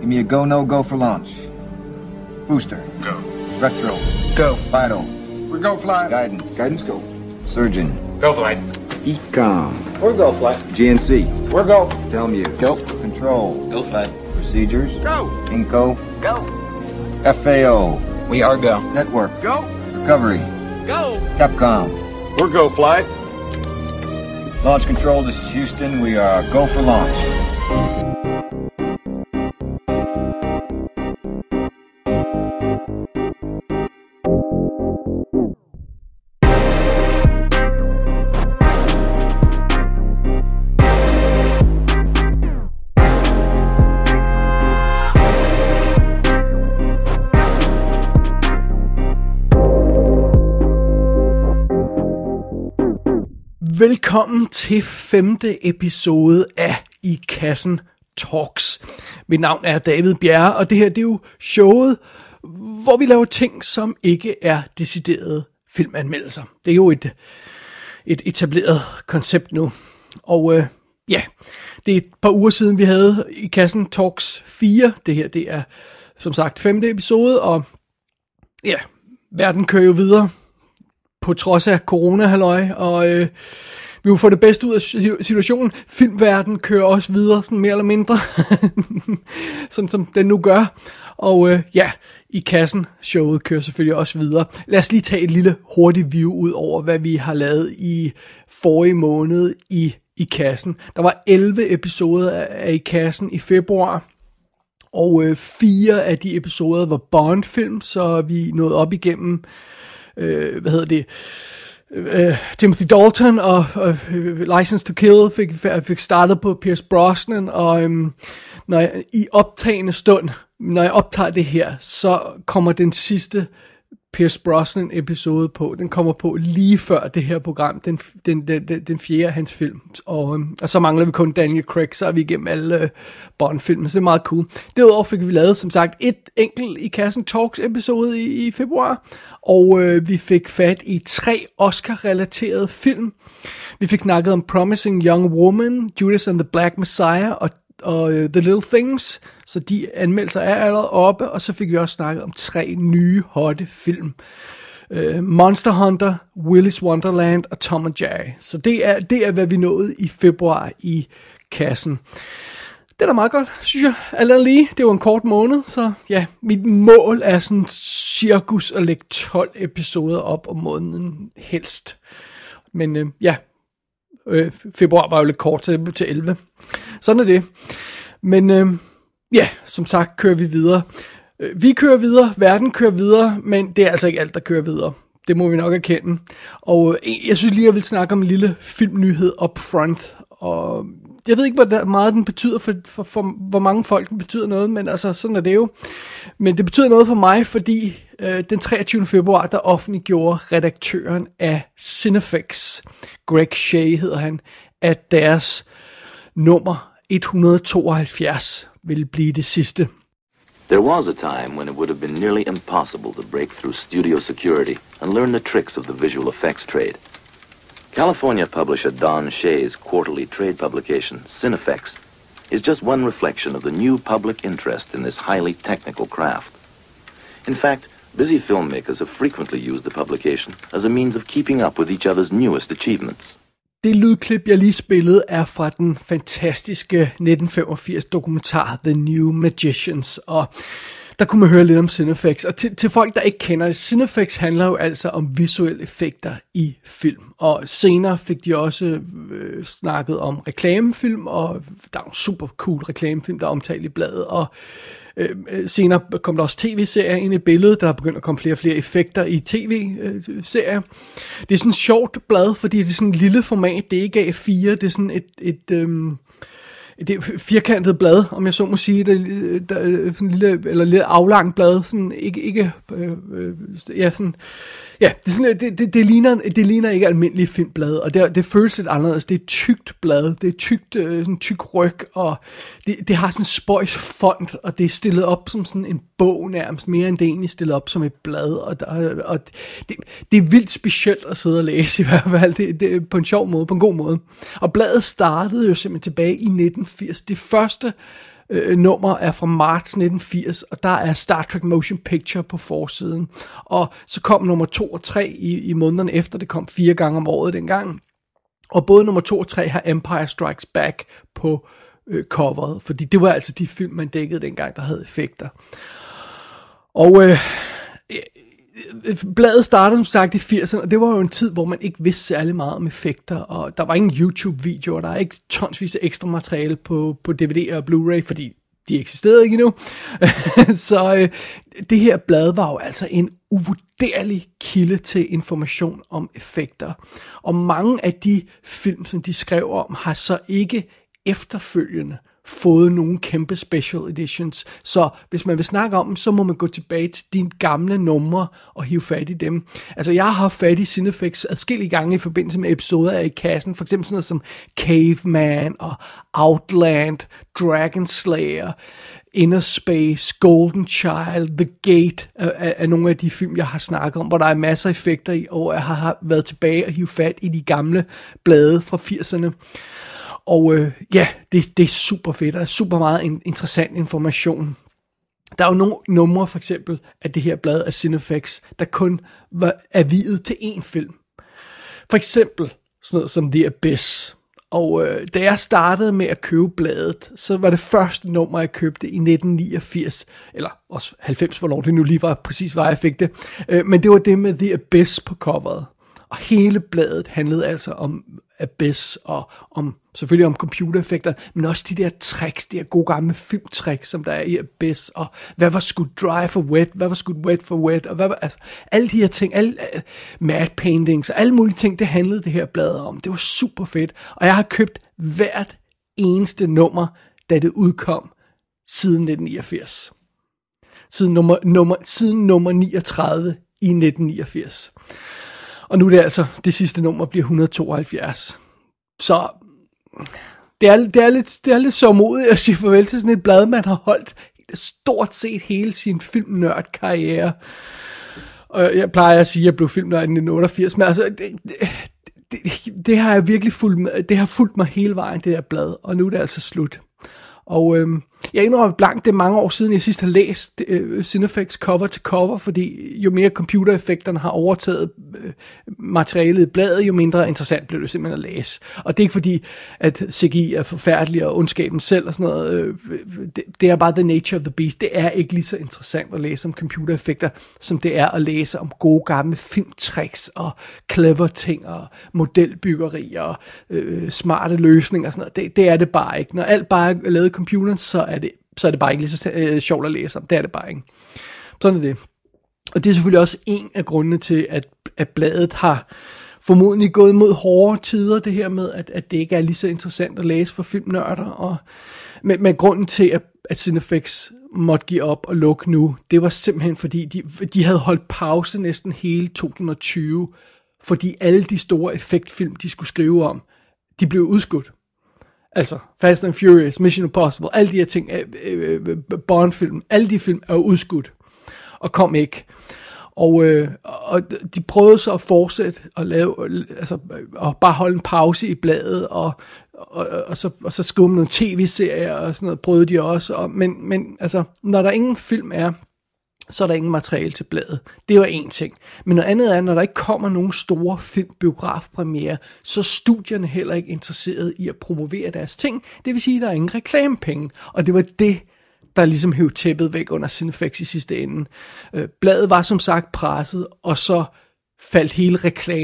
Give me a go, no go for launch. Booster. Go. Retro. Go. Vital. We're go flight. Guidance. Guidance go. Surgeon. Go flight. Ecom. We're go flight. GNC. We're go. Telmu. Go. Control. Go flight. Procedures. Go. Inco. Go. FAO. We are go. Network. Go. Recovery. Go. Capcom. We're go flight. Launch control, this is Houston. We are go for launch. Velkommen til 5. episode af I Kassen Talks. Mit navn er David Bjerre, og det her det er jo showet, hvor vi laver ting, som ikke er deciderede filmanmeldelser. Det er jo et etableret koncept nu. Og det er et par uger siden, vi havde I Kassen Talks 4. Det her det er som sagt 5. episode, og ja, verden kører jo videre på trods af corona-halløj, og vi vil få det bedste ud af situationen. Filmverdenen kører også videre, sådan mere eller mindre, sådan som den nu gør. Og I Kassen showet kører selvfølgelig også videre. Lad os lige tage et lille hurtigt view ud over, hvad vi har lavet i forrige måned i Kassen. Der var 11 episoder af I Kassen i februar, og 4 af de episoder var Bond-film, så vi nåede op igennem Timothy Dalton og License to Kill fik startet på Pierce Brosnan, og når jeg i optagende stund, når jeg optager det her, så kommer den sidste Pierce Brosnan episode på. Den kommer på lige før det her program, den fjerde af hans film. Og så mangler vi kun Daniel Craig, så er vi igennem alle Bond-filmer, så det er meget cool. Derudover fik vi lavet, som sagt, et enkelt I Kassen Talks episode i februar, og vi fik fat i 3 Oscar-relaterede film. Vi fik snakket om Promising Young Woman, Judas and the Black Messiah og The Little Things, så de anmeldelser er allerede oppe, og så fik vi også snakket om 3 nye hotte film. Monster Hunter, Willy's Wonderland og Tom and Jerry. Så det er hvad vi nåede i februar i Kassen. Det er da meget godt, synes jeg. Allerede lige, det var en kort måned, så ja, mit mål er sådan cirkus at lægge 12 episoder op om måneden helst. Men februar var jo lidt kort, så det blev til 11. Sådan er det. Men som sagt kører vi videre. Vi kører videre, verden kører videre, men det er altså ikke alt, der kører videre. Det må vi nok erkende. Og jeg synes lige, jeg vil snakke om en lille filmnyhed up front. Og jeg ved ikke, hvor meget den betyder for hvor mange folk den betyder noget, men altså sådan er det jo. Men det betyder noget for mig, fordi den 23. februar, der offentliggjorde redaktøren af Cinefix, Greg Shea hedder han, at deres nummer 172 ville blive det sidste. There was a time when it would have been nearly impossible to break through studio security and learn the tricks of the visual effects trade. California publisher Don Shea's quarterly trade publication, Cinefix, is just one reflection of the new public interest in this highly technical craft. In fact, busy filmmakers have frequently used the publication as a means of keeping up with each other's newest achievements. Det lydklip, jeg lige spillede, er fra den fantastiske 1985 dokumentar The New Magicians, og der kunne man høre lidt om Cinefix. Og til folk, der ikke kender det, Cinefix handler jo altså om visuelle effekter i film. Og senere fik de også snakket om reklamefilm, og der er jo super cool reklamefilm, der er omtalt i bladet, og senere kom der også tv-serier ind i billedet. Der er begyndt at komme flere og flere effekter i tv-serier. Det er sådan et sjovt blad, fordi det er sådan et lille format. Det er ikke A4, det er sådan det er firkantet blad, om jeg så må sige. Der er sådan lille eller lidt aflangt blad, sådan ikke sådan. Ja, det ligner ikke almindelige filmblad, og det føles lidt anderledes. Det er et tykt blad, det er tykt, sådan tyk ryg, og det har sådan en spøjs font, og det er stillet op som sådan en bog nærmest, mere end det egentlig stillet op som et blad, og det er vildt specielt at sidde og læse i hvert fald, det på en sjov måde, på en god måde. Og bladet startede jo simpelthen tilbage i 1980. De første nummer er fra marts 1980, og der er Star Trek Motion Picture på forsiden. Og så kom nummer 2 og 3 i månederne efter, det kom 4 gange om året dengang. Og både nummer 2 og 3 har Empire Strikes Back på coveret, fordi det var altså de film, man dækkede dengang, der havde effekter. Og bladet startede som sagt i 80'erne, og det var jo en tid, hvor man ikke vidste særlig meget om effekter, og der var ingen YouTube-videoer, der er ikke tonsvis af ekstra materiale på DVD og Blu-ray, fordi de eksisterede ikke endnu. Så det her blad var jo altså en uvurderlig kilde til information om effekter. Og mange af de film, som de skrev om, har så ikke efterfølgende fået nogle kæmpe special editions. Så hvis man vil snakke om dem, så må man gå tilbage til dine gamle numre og hive fat i dem. Altså jeg har haft fat i Cinefix adskillige gange i forbindelse med episoder af I Kassen. For eksempel sådan noget som Caveman og Outland, Dragon Slayer, Inner Space, Golden Child, The Gate er nogle af de film, jeg har snakket om, hvor der er masser af effekter i, og jeg har været tilbage og hive fat i de gamle blade fra 80'erne. Og det er super fedt, der er super meget interessant information. Der er jo nogle numre for eksempel af det her blad af Cinefix, der kun er viet til én film. For eksempel sådan noget som The Abyss. Og da jeg startede med at købe bladet, så var det første nummer, jeg købte i 1989, eller også 90, hvornår det nu lige var præcis, hvor jeg fik det. Men det var det med The Abyss på coveret. Og hele bladet handlede altså om Abyss og selvfølgelig om computereffekter, men også de der tricks, de her gode gamle filmtricks, som der er i Abyss, og hvad var skudt dry for wet, hvad var skudt wet for wet, og hvad var, altså, alle de her ting, alle matte paintings, og alle mulige ting, det handlede det her blad om. Det var super fedt, og jeg har købt hvert eneste nummer, da det udkom siden 1989. Siden nummer 39 i 1989. Og nu er det altså, det sidste nummer bliver 172. Så det er lidt sørgmodigt at sige farvel til sådan et blad, man har holdt stort set hele sin filmnørdkarriere. Og jeg plejer at sige, at jeg blev filmnørd i 1988, men altså, det har jeg virkelig det har fulgt mig hele vejen, det der blad, og nu er det altså slut. Og jeg indrømmer blankt, det er mange år siden, jeg sidst har læst Cinefix cover til cover, fordi jo mere computereffekterne har overtaget materialet i bladet, jo mindre interessant blev det simpelthen at læse. Og det er ikke fordi, at CGI er forfærdelig og ondskaben selv og sådan noget. Det er bare the nature of the beast. Det er ikke lige så interessant at læse om computereffekter, som det er at læse om gode gamle filmtricks og clever ting og modelbyggeri og smarte løsninger og sådan noget. Det er det bare ikke. Når alt bare er lavet i computeren, så er det bare ikke lige så sjovt at læse om. Det er det bare ikke. Sådan er det. Og det er selvfølgelig også en af grundene til, at bladet har formodentlig gået mod hårde tider, det her med, at det ikke er lige så interessant at læse for filmnørder. Men grunden til, at Cinefix måtte give op og lukke nu, det var simpelthen fordi, de havde holdt pause næsten hele 2020, fordi alle de store effektfilm, de skulle skrive om, de blev udskudt. Altså, Fast and Furious, Mission Impossible, alle de her ting, Bond-film, alle de film er udskudt, og kom ikke. Og de prøvede så at fortsætte at lave, altså, at bare holde en pause i bladet, og så skrive nogle tv-serier og sådan noget, prøvede de også. Men altså, når der ingen film er, så er der ingen materiale til bladet. Det var en ting. Men noget andet er, når der ikke kommer nogen store filmbiografpremiere, så er studierne heller ikke interesseret i at promovere deres ting. Det vil sige, at der er ingen reklamepenge. Og det var det, der ligesom hævde tæppet væk under Cinefix i sidste ende. Bladet var som sagt presset, og så faldt hele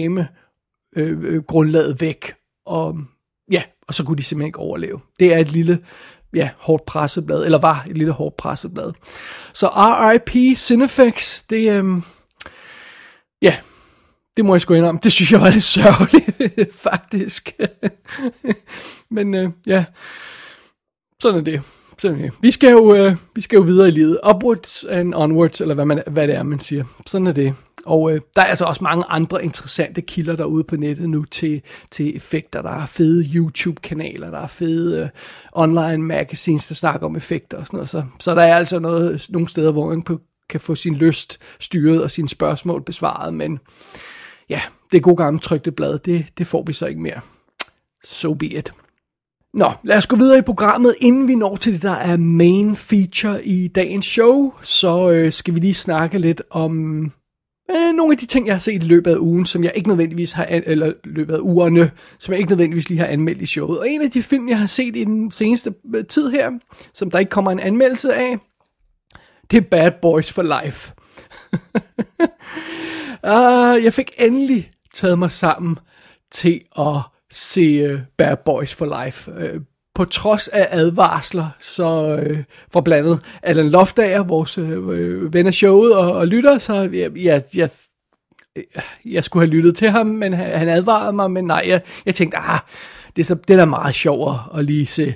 reklamegrundlaget væk. Og så kunne de simpelthen ikke overleve. Det er et lille hårdt presseblad, eller var et lille hårdt presseblad. Så R.I.P. Cinefix, det må jeg sgu indrømme. Det synes jeg var lidt sørgeligt, faktisk. Men sådan er det. Vi skal jo videre i livet. Upwards and onwards, eller hvad det er, man siger. Sådan er det. Og der er altså også mange andre interessante kilder derude på nettet nu til effekter. Der er fede YouTube-kanaler, der er fede online magazines, der snakker om effekter og sådan noget. Så der er altså nogle steder, hvor man kan få sin lyst styret og sine spørgsmål besvaret. Men ja, det gode gamle trykte blad, det får vi så ikke mere. So be it. Nå, lad os gå videre i programmet. Inden vi når til det, der er main feature i dagens show, så skal vi lige snakke lidt om nogle af de ting, jeg har set i løbet af ugen, som jeg ikke nødvendigvis har, eller løbet af ugerne, som jeg ikke nødvendigvis lige har anmeldt i showet. Og en af de film, jeg har set i den seneste tid her, som der ikke kommer en anmeldelse af, det er Bad Boys for Life. Jeg fik endelig taget mig sammen til at se Bad Boys for Life. På trods af advarsler, så fra blandt andet Allan Loftager, vores ven af showet og lytter, så jeg skulle have lyttet til ham, men han advarede mig, men nej, jeg tænkte, det er da meget sjovere at lige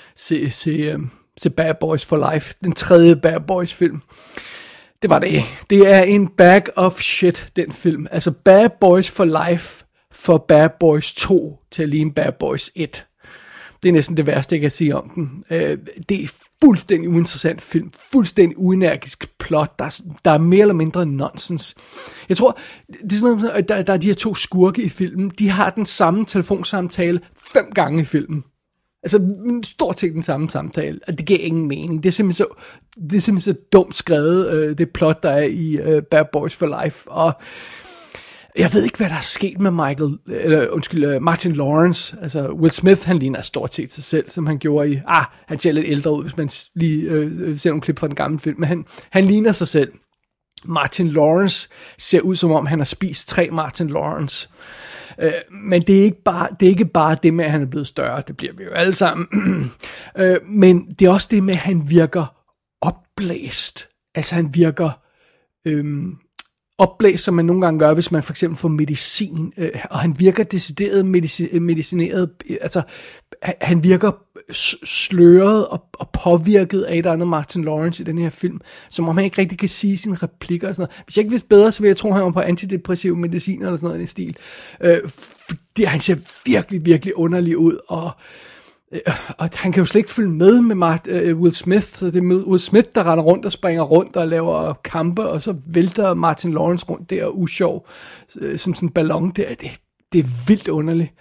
se Bad Boys for Life, den tredje Bad Boys film. Det var det. Det er en bag of shit, den film. Altså Bad Boys for Life for Bad Boys 2 til at ligne Bad Boys 1. Det er næsten det værste, jeg kan sige om den. Det er fuldstændig uinteressant film. Fuldstændig uenergisk plot. Der er mere eller mindre nonsens. Jeg tror, det er sådan noget, at der er de her to skurke i filmen. De har den samme telefonsamtale 5 gange i filmen. Altså stort set den samme samtale. Og det giver ingen mening. Det er simpelthen så dumt skrevet, det plot, der er i Bad Boys for Life. Og jeg ved ikke, hvad der er sket med Martin Lawrence. Altså Will Smith, han ligner stort set sig selv, som han gjorde i... han ser lidt ældre ud, hvis man lige ser nogle klip fra den gamle film. Men han ligner sig selv. Martin Lawrence ser ud, som om han har spist 3 Martin Lawrence. Men det er ikke bare det med, at han er blevet større. Det bliver vi jo alle sammen. Men det er også det med, at han virker opblæst. Altså han virker... opblæst, som man nogle gange gør, hvis man for eksempel får medicin, og han virker decideret medicineret, altså han virker sløret og påvirket af et eller andet Martin Lawrence i den her film, som om han ikke rigtig kan sige sine replikker og sådan noget. Hvis jeg ikke vidste bedre, så ville jeg tro, han var på antidepressiv medicin eller sådan noget i den stil. Fordi han ser virkelig, virkelig underlig ud, og han kan jo slet ikke følge med Will Smith, så det er Will Smith, der render rundt og springer rundt og laver kampe, og så vælter Martin Lawrence rundt der og usjov, som sådan en ballon der. Det er vildt underligt.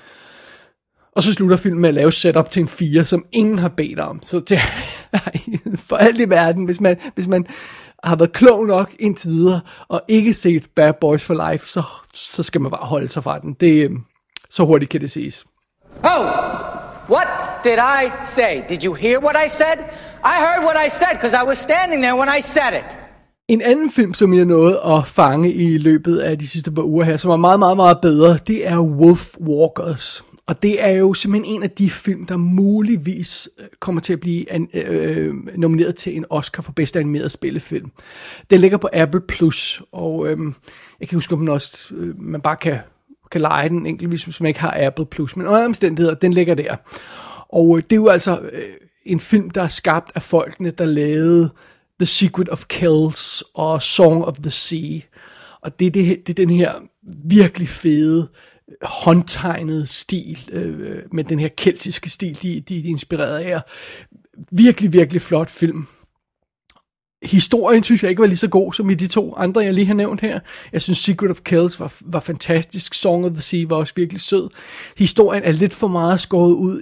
Og så slutter filmen med at lave setup til en 4, som ingen har bedt om. Så det, for alt i verden, hvis man har været klog nok indtil videre, og ikke set Bad Boys for Life, så skal man bare holde sig fra den. Så hurtigt kan det siges. Oh! What did I say? Did you hear what I said? I heard what I said because I was standing there when I said it. En anden film, som jeg nåede at fange i løbet af de sidste par uger her, som er meget, meget, meget bedre, det er Wolf Walkers. Og det er jo simpelthen en af de film, der muligvis kommer til at blive nomineret til en Oscar for bedste animeret spillefilm. Den ligger på Apple Plus, og jeg kan huske, om den også, man bare kan lege den enkeltvis, hvis man ikke har Apple Plus. Men under omstændigheder, den ligger der. Og det er jo altså en film, der er skabt af folkene, der lavede The Secret of Kells og Song of the Sea. Og det er den her virkelig fede, håndtegnede stil, med den her keltiske stil, de er inspireret af. Virkelig, virkelig flot film. Historien synes jeg ikke var lige så god som i de 2 andre, jeg lige har nævnt her. Jeg synes Secret of Kells var fantastisk. Song of the Sea var også virkelig sød. Historien er lidt for meget skåret ud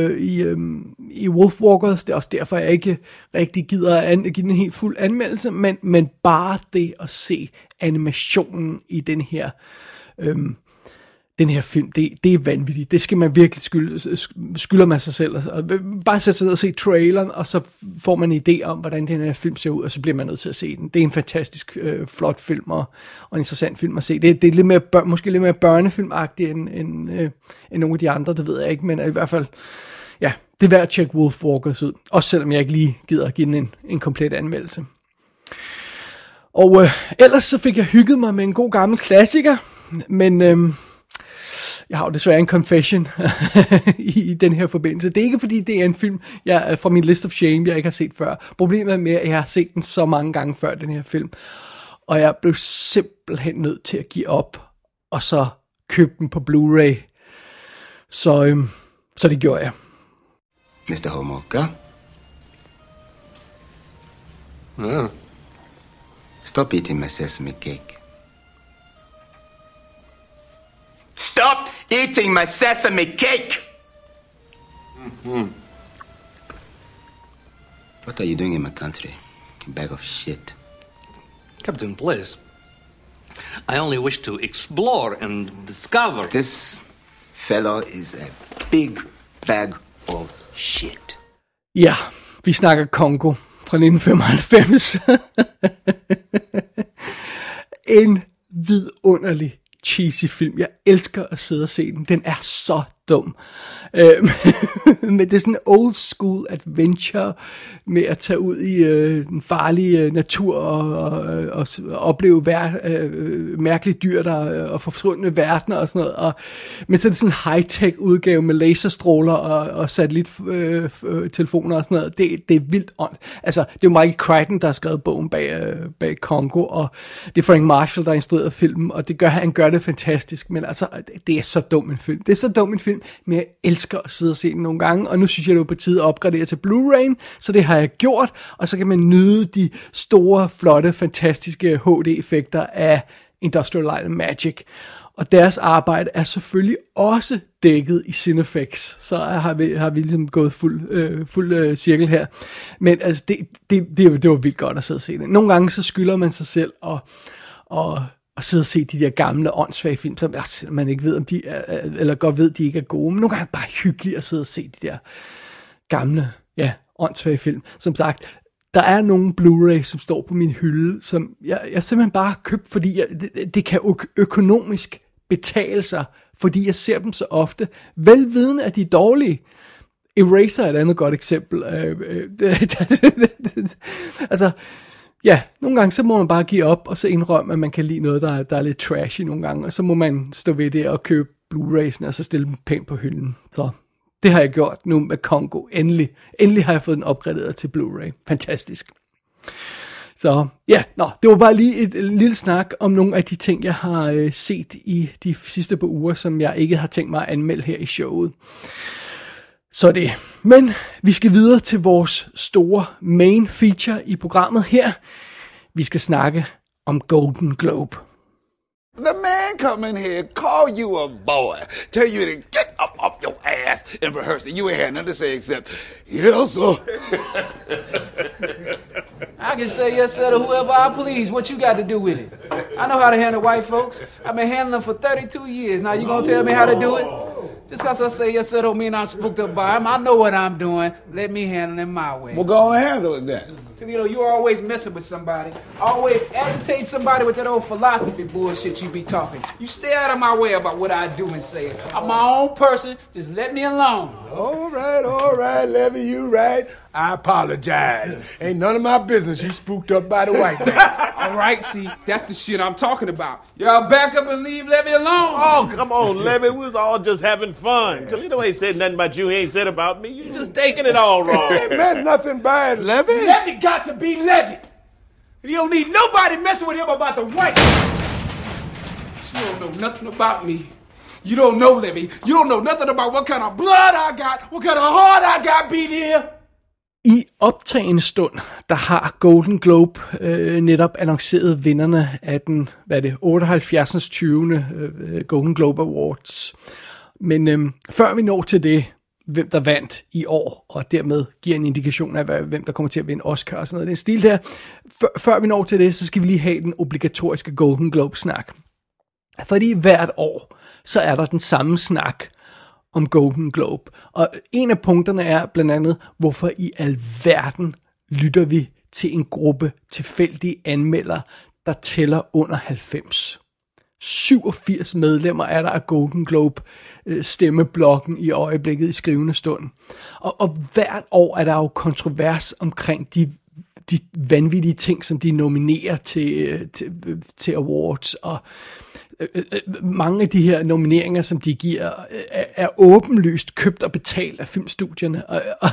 i Wolf Walkers. Det er også derfor, jeg ikke rigtig gider at give den helt fuld anmeldelse. Men bare det at se animationen i den her film, det er vanvittigt. Det skal man virkelig skylder man sig selv. Bare sætte sig ned og se traileren, og så får man en idé om, hvordan den her film ser ud, og så bliver man nødt til at se den. Det er en fantastisk flot film, og en interessant film at se. Det er lidt mere måske lidt mere børnefilmagtigt end nogle af de andre, det ved jeg ikke, men i hvert fald, ja, det er værd at tjekke Wolf Walkers ud. Også selvom jeg ikke lige gider at give den en komplet anmeldelse. Og ellers så fik jeg hygget mig med en god gammel klassiker, men jeg har jo desværre en confession i den her forbindelse. Det er ikke fordi, det er en film fra min list of shame, jeg ikke har set før. Problemet er med, at jeg har set den så mange gange før, den her film. Og jeg blev simpelthen nødt til at give op, og så købe den på Blu-ray. Så det gjorde jeg. Mr. Homolka? Mm. Stop eating my sesame cake. Stop eating my sesame cake! What are you doing in my country? You bag of shit. Captain Bliss, I only wish to explore and discover. This fellow is a big bag of shit. Ja, vi snakker Congo fra 1995. En vidunderlig cheesy film. Jeg elsker at sidde og se den. Den er så dum. Men det er sådan en old school adventure med at tage ud i den farlige natur og opleve mærkelige dyr der, og forsvundne verdener og sådan noget. Men så er det sådan en high-tech udgave med laserstråler og satellittelefoner og sådan noget. Det er vildt ondt. Altså, det er jo Michael Crichton, der har skrevet bogen bag Congo, og det er Frank Marshall, der har instrueret filmen, og han gør det fantastisk, men altså, det er så dum en film. Det er så dum en film, men jeg elsker at sidde og se den nogle gange, og nu synes jeg, det er på tide at opgradere til Blu-ray, så det har jeg gjort, og så kan man nyde de store, flotte, fantastiske HD-effekter af Industrial Light and Magic. Og deres arbejde er også dækket i Cinefix, så har vi ligesom gået fuld cirkel her. Men altså, det var vildt godt at sidde og se det. Nogle gange så skylder man sig selv og sidde og se de der gamle åndssvage film, som man ikke ved, om de er, eller godt ved, de ikke er gode, men nogle gange er det bare hyggeligt at sidde og se de der gamle, åndssvage film. Som sagt, der er nogle Blu-ray, som står på min hylde, som jeg simpelthen bare har købt, fordi det kan økonomisk betale sig, fordi jeg ser dem så ofte, velvidende at de er dårlige. Eraser er et andet godt eksempel. Altså, ja, nogle gange så må man bare give op, og så indrømme, at man kan lide noget, der er lidt trashy nogle gange, og så må man stå ved det og købe Blu-rays'en, og så stille dem pænt på hylden. Så det har jeg gjort nu med Congo. Endelig har jeg fået den opgraderet til Blu-ray. Fantastisk. Så ja, det var bare lige et lille snak om nogle af de ting, jeg har set i de sidste par uger, som jeg ikke har tænkt mig at anmelde her i showet. Så det. Men vi skal videre til vores store main feature i programmet her. Vi skal snakke om Golden Globe. The man come in here, call you a boy, tell you to get up off your ass and rehearse it. You ain't had nothing to say except, yes, sir. I can say yes, sir, to whoever I please. What you got to do with it? I know how to handle white folks. I've been handling them for 32 years. Now you gonna tell me how to do it? Just because I say yes, sir, don't mean I'm spooked up by him. I know what I'm doing. Let me handle it my way. Well, go on and handle it then. Toledo, you're always messing with somebody. Always agitate somebody with that old philosophy bullshit you be talking. You stay out of my way about what I do and say. I'm my own person. Just let me alone. All right, Levy, you right. I apologize. Ain't none of my business you spooked up by the white man. All right, see, that's the shit I'm talking about. Y'all back up and leave Levy alone. Oh, come on, Levy. We was all just having fun. Toledo ain't said nothing about you. He ain't said about me. You just taking it all wrong. Ain't meant nothing bad, Levy. Levy got to be Levy. You don't need nobody messing with him about the white. You don't know nothing about me. You don't know, Levy. You don't know nothing about what kind of blood I got, what kind of heart I got beat here. I optagende stund, der har Golden Globe netop annonceret vinderne af den, 78. 20. Golden Globe Awards. Men før vi når til det, hvem der vandt i år, og dermed giver en indikation af, hvem der kommer til at vinde Oscar og sådan noget, den stil der. Før vi når til det, så skal vi lige have den obligatoriske Golden Globe-snak. Fordi hvert år, så er der den samme snak om Golden Globe. Og en af punkterne er blandt andet, hvorfor i alverden lytter vi til en gruppe tilfældige anmeldere, der tæller under 90. 87 medlemmer er der af Golden Globe stemmeblokken i øjeblikket i skrivende stund. Og hvert år er der jo kontrovers omkring de vanvittige ting, som de nominerer til awards, og mange af de her nomineringer, som de giver, er åbenlyst købt og betalt af filmstudierne.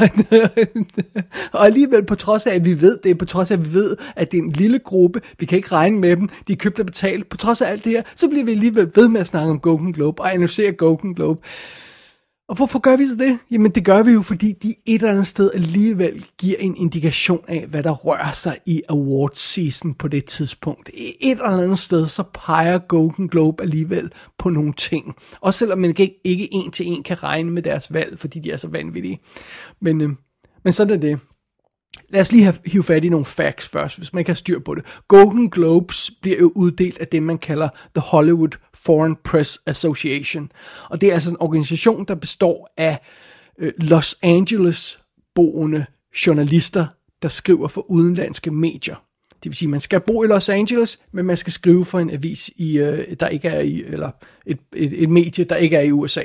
Og alligevel på trods af, at vi ved det, på trods af, at vi ved, at det er en lille gruppe, vi kan ikke regne med dem, de er købt og betalt, på trods af alt det her, så bliver vi alligevel ved med at snakke om Golden Globe og analysere Golden Globe. Og hvorfor gør vi så det? Jamen det gør vi jo, fordi de et eller andet sted alligevel giver en indikation af, hvad der rører sig i awards season på det tidspunkt. Et eller andet sted, så peger Golden Globe alligevel på nogle ting. Også selvom man ikke en til en kan regne med deres valg, fordi de er så vanvittige. Men sådan er det. Lad os lige hive fat i nogle facts først, hvis man ikke har styr på det. Golden Globes bliver jo uddelt af det, man kalder The Hollywood Foreign Press Association. Og det er altså en organisation, der består af Los Angeles-boende journalister, der skriver for udenlandske medier. Det vil sige, at man skal bo i Los Angeles, men man skal skrive for en avis, der ikke er i, eller et medie, der ikke er i USA.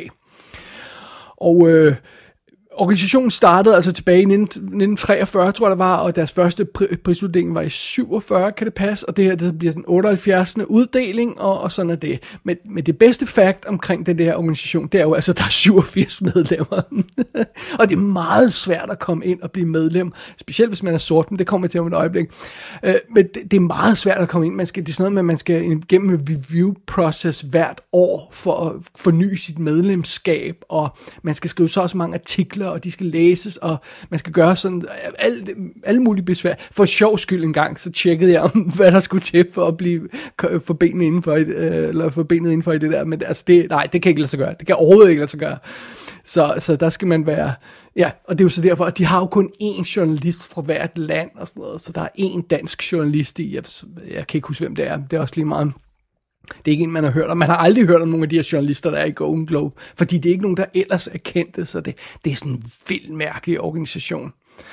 Og organisationen startede altså tilbage i 1943, tror jeg det var, og deres første prisuddeling var i 47, kan det passe, og det her det bliver den 78. uddeling, og sådan er det. Men det bedste fact omkring den der organisation, det er jo altså, at der er 87 medlemmer. Og det er meget svært at komme ind og blive medlem, specielt hvis man er sort, men det kommer til om et øjeblik. Men det er meget svært at komme ind. Det er sådan noget med, at man skal igennem en review-process hvert år for at forny sit medlemskab, og man skal skrive så også mange artikler, og de skal læses, og man skal gøre sådan alle mulige besvær. For sjov skyld en gang, så tjekkede jeg om, hvad der skulle til for at blive for benet indenfor i det der, men altså det kan ikke lade sig gøre. Det kan overhovedet ikke lade sig gøre. Så der skal man være, ja, og det er jo så derfor, at de har jo kun én journalist fra hvert land og sådan noget, så der er én dansk journalist i, jeg kan ikke huske, hvem det er, det er også lige meget. Det er ikke en, man har hørt om. Man har aldrig hørt om nogle af de her journalister, der er i Golden Globe, fordi det er ikke nogen, der ellers er kendte, så det er sådan en vildt mærkelig organisation.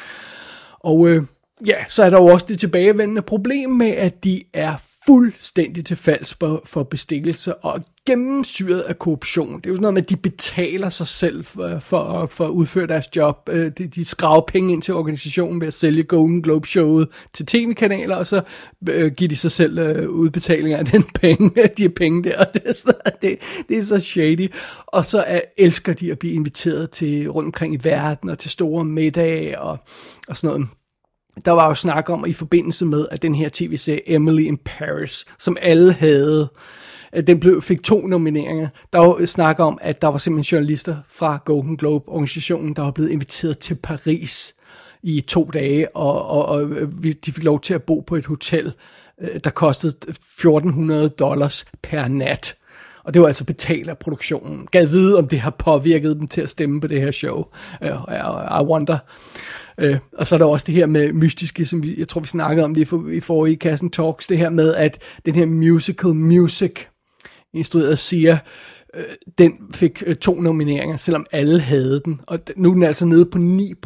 Og så er der jo også det tilbagevendende problem med, at de er fuldstændig til falds for bestikkelse og gennemsyret af korruption. Det er jo sådan noget med, at de betaler sig selv for at udføre deres job. De skraver penge ind til organisationen ved at sælge Golden Globe-showet til tv-kanaler, og så giver de sig selv udbetalinger af de her penge der. Det er så shady. Og så elsker de at blive inviteret til rundt omkring i verden og til store middage og sådan noget. Der var jo snak om, i forbindelse med, at den her tv-serie Emily in Paris, som alle havde, den fik 2 nomineringer. Der var jo snak om, at der var simpelthen journalister fra Golden Globe-organisationen, der var blevet inviteret til Paris i 2 dage, og de fik lov til at bo på et hotel, der kostede $1,400 per nat. Og det var altså betalt af produktionen. Gad vide, om det har påvirket dem til at stemme på det her show. I wonder. Og så er der også det her med mystiske, som jeg tror vi snakkede om lige i forrige Kassen Talks, det her med, at den her musical Music, instrueret Sia, den fik 2 nomineringer, selvom alle havde den. Og nu er den altså nede på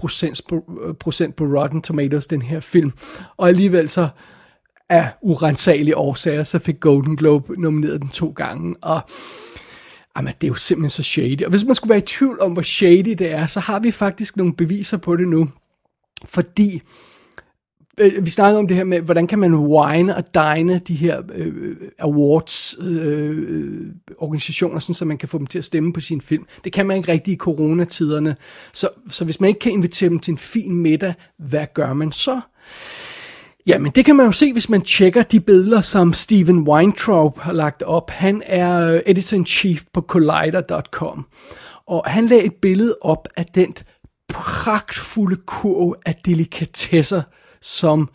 9% på Rotten Tomatoes, den her film. Og alligevel så af urensagelige årsager, så fik Golden Globe nomineret den 2 gange. Og jamen, det er jo simpelthen så shady. Og hvis man skulle være i tvivl om, hvor shady det er, så har vi faktisk nogle beviser på det nu. Fordi vi snakkede om det her med, hvordan kan man wine og dine de her awards organisationer, sådan, så man kan få dem til at stemme på sin film. Det kan man ikke rigtig i coronatiderne. Så hvis man ikke kan invitere dem til en fin middag, hvad gør man så? Jamen, det kan man jo se, hvis man tjekker de billeder, som Steven Weintraub har lagt op. Han er editor-in-chief på Collider.com. Og han lagde et billede op af den pragtfulde kurv af delikatesser, som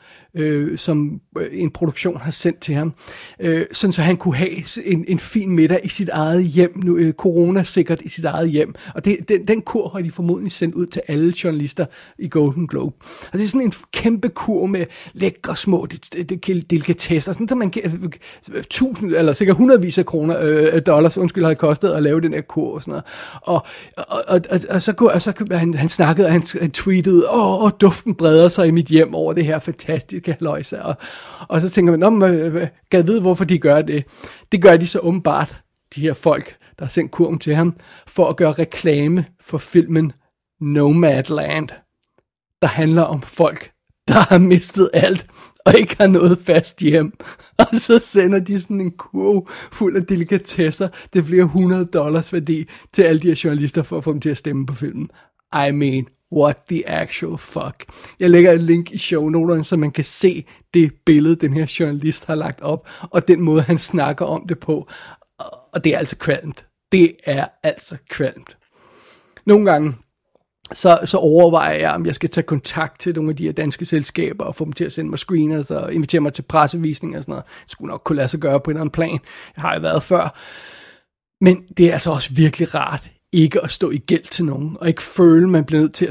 en produktion har sendt til ham, sådan så han kunne have en fin middag i sit eget hjem, nu corona-sikkert i sit eget hjem, og den kur har de formodentlig sendt ud til alle journalister i Golden Globe, og det er sådan en kæmpe kur med lækre små delikatesser, sådan så man kan 1000 eller sikkert hundredvis af dollars, har det kostet at lave den her kur og sådan noget, og så han snakkede, og han tweetede, duften breder sig i mit hjem over det her fantastiske halløjse, og så tænker man, gad vide, hvorfor de gør det. Det gør de så åbenbart, de her folk, der har sendt kurven til ham, for at gøre reklame for filmen Nomadland, der handler om folk, der har mistet alt, og ikke har noget fast hjem. Og så sender de sådan en kurv fuld af delikatesser, det bliver $100 værdi til alle de her journalister, for at få dem til at stemme på filmen. I mean, what the actual fuck. Jeg lægger et link i shownoterne, så man kan se det billede, den her journalist har lagt op, og den måde, han snakker om det på. Og det er altså kvalmt. Det er altså kvalmt. nogle gange, så overvejer jeg, om jeg skal tage kontakt til nogle af de her danske selskaber, og få dem til at sende mig screeners, og invitere mig til pressevisninger og sådan noget. Det skulle nok kunne lade sig gøre på en eller anden plan. Jeg har jo været før. Men det er altså også virkelig rart, ikke at stå i gæld til nogen, og ikke føle, man bliver nødt til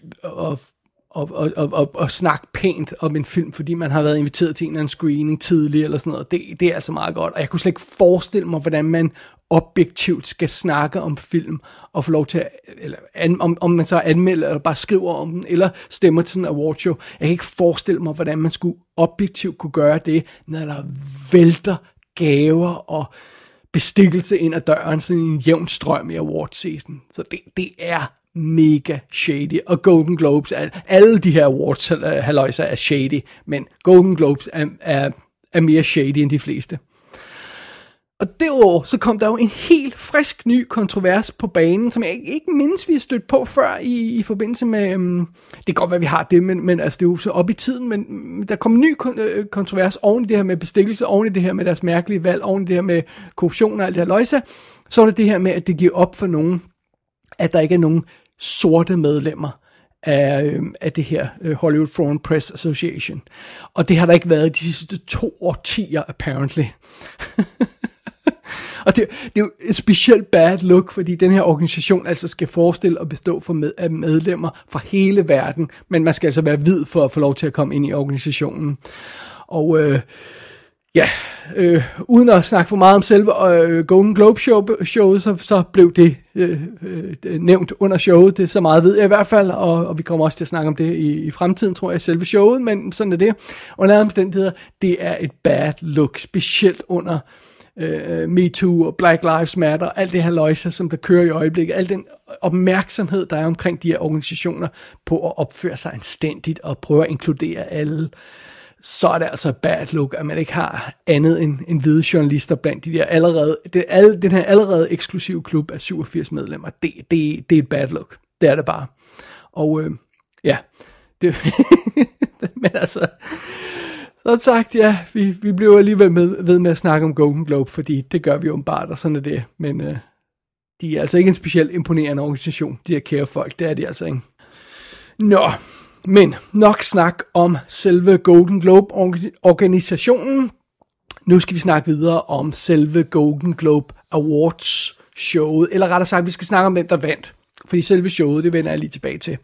at snakke pænt om en film, fordi man har været inviteret til en eller anden screening tidligere, eller sådan noget. Det er altså meget godt, og jeg kunne slet ikke forestille mig, hvordan man objektivt skal snakke om film, og få lov til at, eller om man så anmelder, eller bare skriver om den, eller stemmer til sådan en awardshow. Jeg kan ikke forestille mig, hvordan man skulle objektivt kunne gøre det, når der vælter gaver og bestikkelse ind ad døren, sådan en jævn strøm i awardseason. Så det er mega shady. Og Golden Globes, alle de her awards halløjser er shady, men Golden Globes er mere shady end de fleste. Og derudover, så kom der jo en helt frisk ny kontrovers på banen, som jeg ikke mindes, vi har stødt på før i forbindelse med, det kan godt være, vi har det, men altså, det er jo så op i tiden, men der kom en ny kontrovers oven i det her med bestikkelse, oven i det her med deres mærkelige valg, oven i det her med korruption og alt det her løjse. Så er det her med, at det giver op for nogen, at der ikke er nogen sorte medlemmer af det her Hollywood Foreign Press Association. Og det har der ikke været de sidste 2 årtier, apparently. Og det er jo et specielt bad look, fordi den her organisation altså skal forestille at bestå af medlemmer fra hele verden, men man skal altså være hvid for at få lov til at komme ind i organisationen. Og uden at snakke for meget om selve Golden Globe showet, så blev det nævnt under showet. Det er så meget ved jeg i hvert fald, og vi kommer også til at snakke om det i fremtiden, tror jeg, selve showet, men sådan er det. Under omstændigheder, det er et bad look, specielt under MeToo og Black Lives Matter, alt det her løjse, som der kører i øjeblikket, al den opmærksomhed, der er omkring de her organisationer på at opføre sig anstændigt og prøve at inkludere alle, så er det altså et bad look, at man ikke har andet end hvide journalister blandt de der den her allerede eksklusive klub af 87 medlemmer. Det er et bad look. Det er det bare. Og det men altså, som sagt, ja, vi bliver alligevel ved med at snakke om Golden Globe, fordi det gør vi jo bare, og sådan er det. Men de er altså ikke en specielt imponerende organisation, de her kære folk, det er de altså ikke. Nå, men nok snak om selve Golden Globe-organisationen. Nu skal vi snakke videre om selve Golden Globe Awards-showet, eller rettere sagt, vi skal snakke om hvem der vandt, fordi selve showet, det vender jeg lige tilbage til.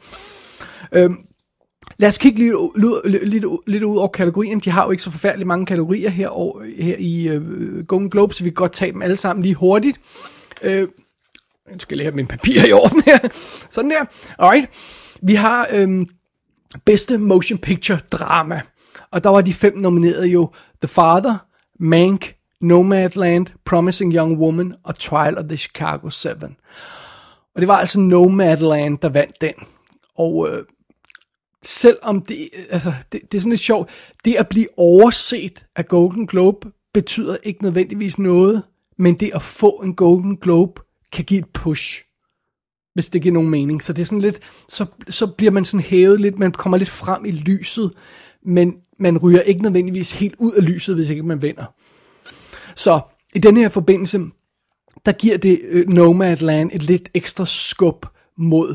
Lad os kigge lidt ud over kategorierne. De har jo ikke så forfærdeligt mange kategorier her i Golden Globe, så vi kan godt tage dem alle sammen lige hurtigt. Jeg skal lige have min papir i orden her. Sådan der. Alright. Vi har bedste motion picture drama, og der var de 5 nomineret jo: The Father, Mank, Nomadland, Promising Young Woman og Trial of the Chicago 7. Og det var altså Nomadland, der vandt den. Og selvom det er sådan lidt sjovt, det at blive overset af Golden Globe betyder ikke nødvendigvis noget, men det at få en Golden Globe kan give et push, hvis det giver nogen mening. Så det er sådan lidt, så bliver man sådan hævet lidt, man kommer lidt frem i lyset, men man ryger ikke nødvendigvis helt ud af lyset, hvis ikke man vinder. Så i den her forbindelse, der giver det Nomadland et lidt ekstra skub mod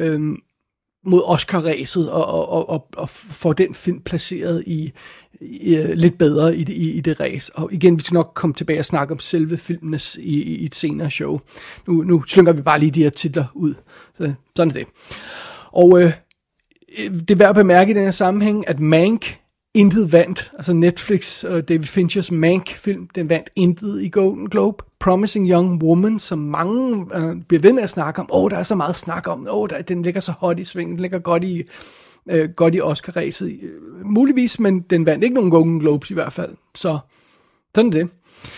Oscar-ræset og få den film placeret i lidt bedre i det ræs. Og igen, vi skal nok komme tilbage og snakke om selve filmenes i et senere show. Nu slynger vi bare lige de her titler ud. Så, sådan er det. Og det er værd at bemærke i den her sammenhæng, at Mank intet vandt. Altså Netflix og David Finchers Mank-film, den vandt intet i Golden Globe. Promising Young Woman, som mange bliver ved med at snakke om. Der er så meget snak om. Den ligger så hot i svingen. Den ligger godt i Oscar-ræset. Muligvis, men den vandt ikke nogen Golden Globes i hvert fald. Så sådan er det.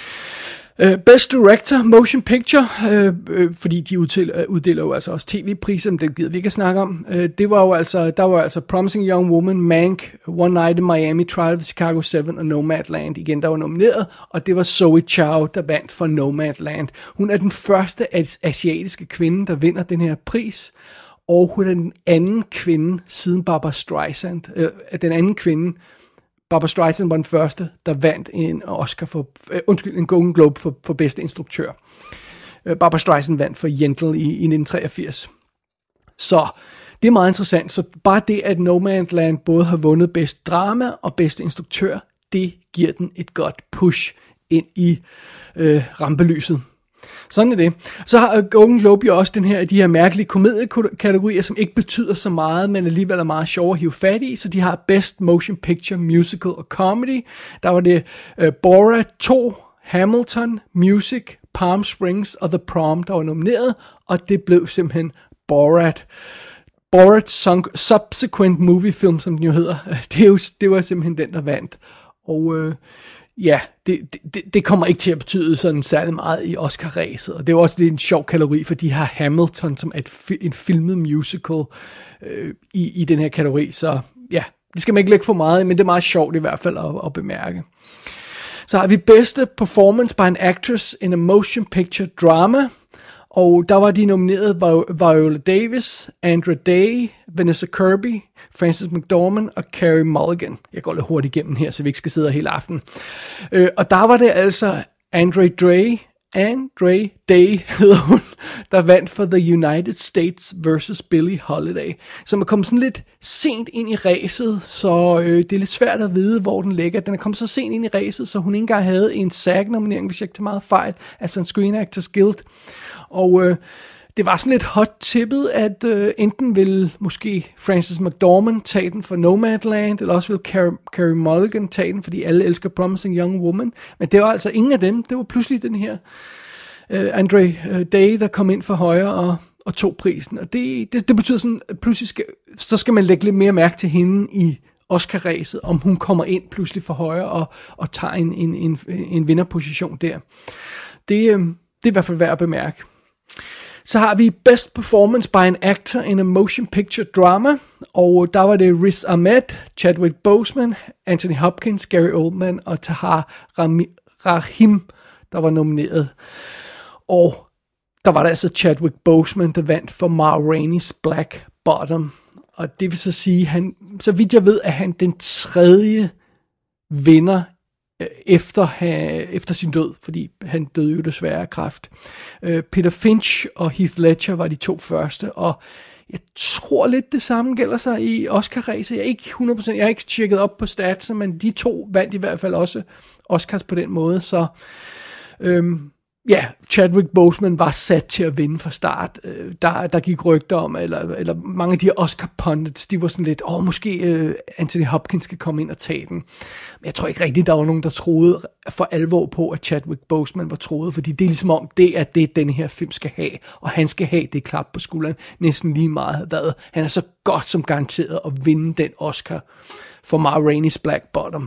Best Director, Motion Picture, fordi de uddeler jo altså også tv-priser, men det gider vi ikke at snakke om. Der var altså Promising Young Woman, Mank, One Night in Miami, Trial of the Chicago 7 og Nomadland igen, der var nomineret, og det var Zoe Chow, der vandt for Nomadland. Hun er den første asiatiske kvinde, der vinder den her pris, og hun er den anden kvinde siden Barbra Streisand. Barbra Streisand var den første, der vandt en Golden Globe for bedste instruktør. Barbra Streisand vandt for Yentl i 1983. Så det er meget interessant. Så bare det, at Nomadland både har vundet bedst drama og bedste instruktør, det giver den et godt push ind i rampelyset. Sådan er det. Så har Golden Globe jo også de her mærkelige komediekategorier, som ikke betyder så meget, men alligevel er meget sjove at hive fat i. Så de har Best Motion Picture, Musical og Comedy. Der var det Borat 2, Hamilton, Music, Palm Springs og The Prom, der var nomineret, og det blev simpelthen Borat. Borat's Subsequent Movie Film, som den jo hedder. Det var simpelthen den, der vandt. Og ja, det kommer ikke til at betyde sådan særlig meget i Oscar-ræset. Og det er også en sjov kategori, for de har Hamilton som en filmet musical i den her kategori. Så ja, det skal man ikke lægge for meget, men det er meget sjovt i hvert fald at bemærke. Så har vi bedste performance by an actress in a motion picture drama. Og der var de nomineret Viola Davis, Andra Day, Vanessa Kirby, Frances McDormand og Carey Mulligan. Jeg går lidt hurtigt igennem her, så vi ikke skal sidde hele aften. Og der var det altså Andre Day hedder hun, der vandt for The United States vs. Billie Holiday, som er kommet sådan lidt sent ind i ræset, så det er lidt svært at vide, hvor den ligger. Den er kommet så sent ind i ræset, så hun ikke engang havde en SAG-nominering, hvis jeg ikke tager meget fejl, altså en Screen Actors Guild. Og det var sådan lidt hot tippet, at enten ville måske Frances McDormand tage den for Nomadland, eller også ville Carey Mulligan tage den, fordi alle elsker Promising Young Woman. Men det var altså ingen af dem. Det var pludselig den her Andre Day, der kom ind for højre og tog prisen. Og det betyder sådan, at pludselig så skal man lægge lidt mere mærke til hende i Oscar-ræset, om hun kommer ind pludselig for højre og tager en vinderposition der. Det er i hvert fald værd at bemærke. Så har vi Best Performance by an Actor in a Motion Picture Drama, og der var det Riz Ahmed, Chadwick Boseman, Anthony Hopkins, Gary Oldman og Tahar Rahim, der var nomineret. Og der var der altså Chadwick Boseman, der vandt for Ma Rainey's Black Bottom. Og det vil så sige, så vidt jeg ved, at han den tredje vinder efter sin død, fordi han døde jo desværre af kræft. Peter Finch og Heath Ledger var de to første, og jeg tror lidt det samme gælder sig i Oscar-ræset. Jeg er ikke 100%, jeg har ikke tjekket op på statsen, men de to vandt i hvert fald også Oscars på den måde, så ja, Chadwick Boseman var sat til at vinde fra start. Der gik rygter om, eller mange af de Oscar pundits, de var sådan lidt, måske Anthony Hopkins skal komme ind og tage den. Men jeg tror ikke rigtigt, der var nogen, der troede for alvor på, at Chadwick Boseman var troet, fordi det er ligesom om, det er det, den her film skal have, og han skal have det klap på skulderen, næsten lige meget hvad. Han er så godt som garanteret at vinde den Oscar for Ma Rainey's Black Bottom.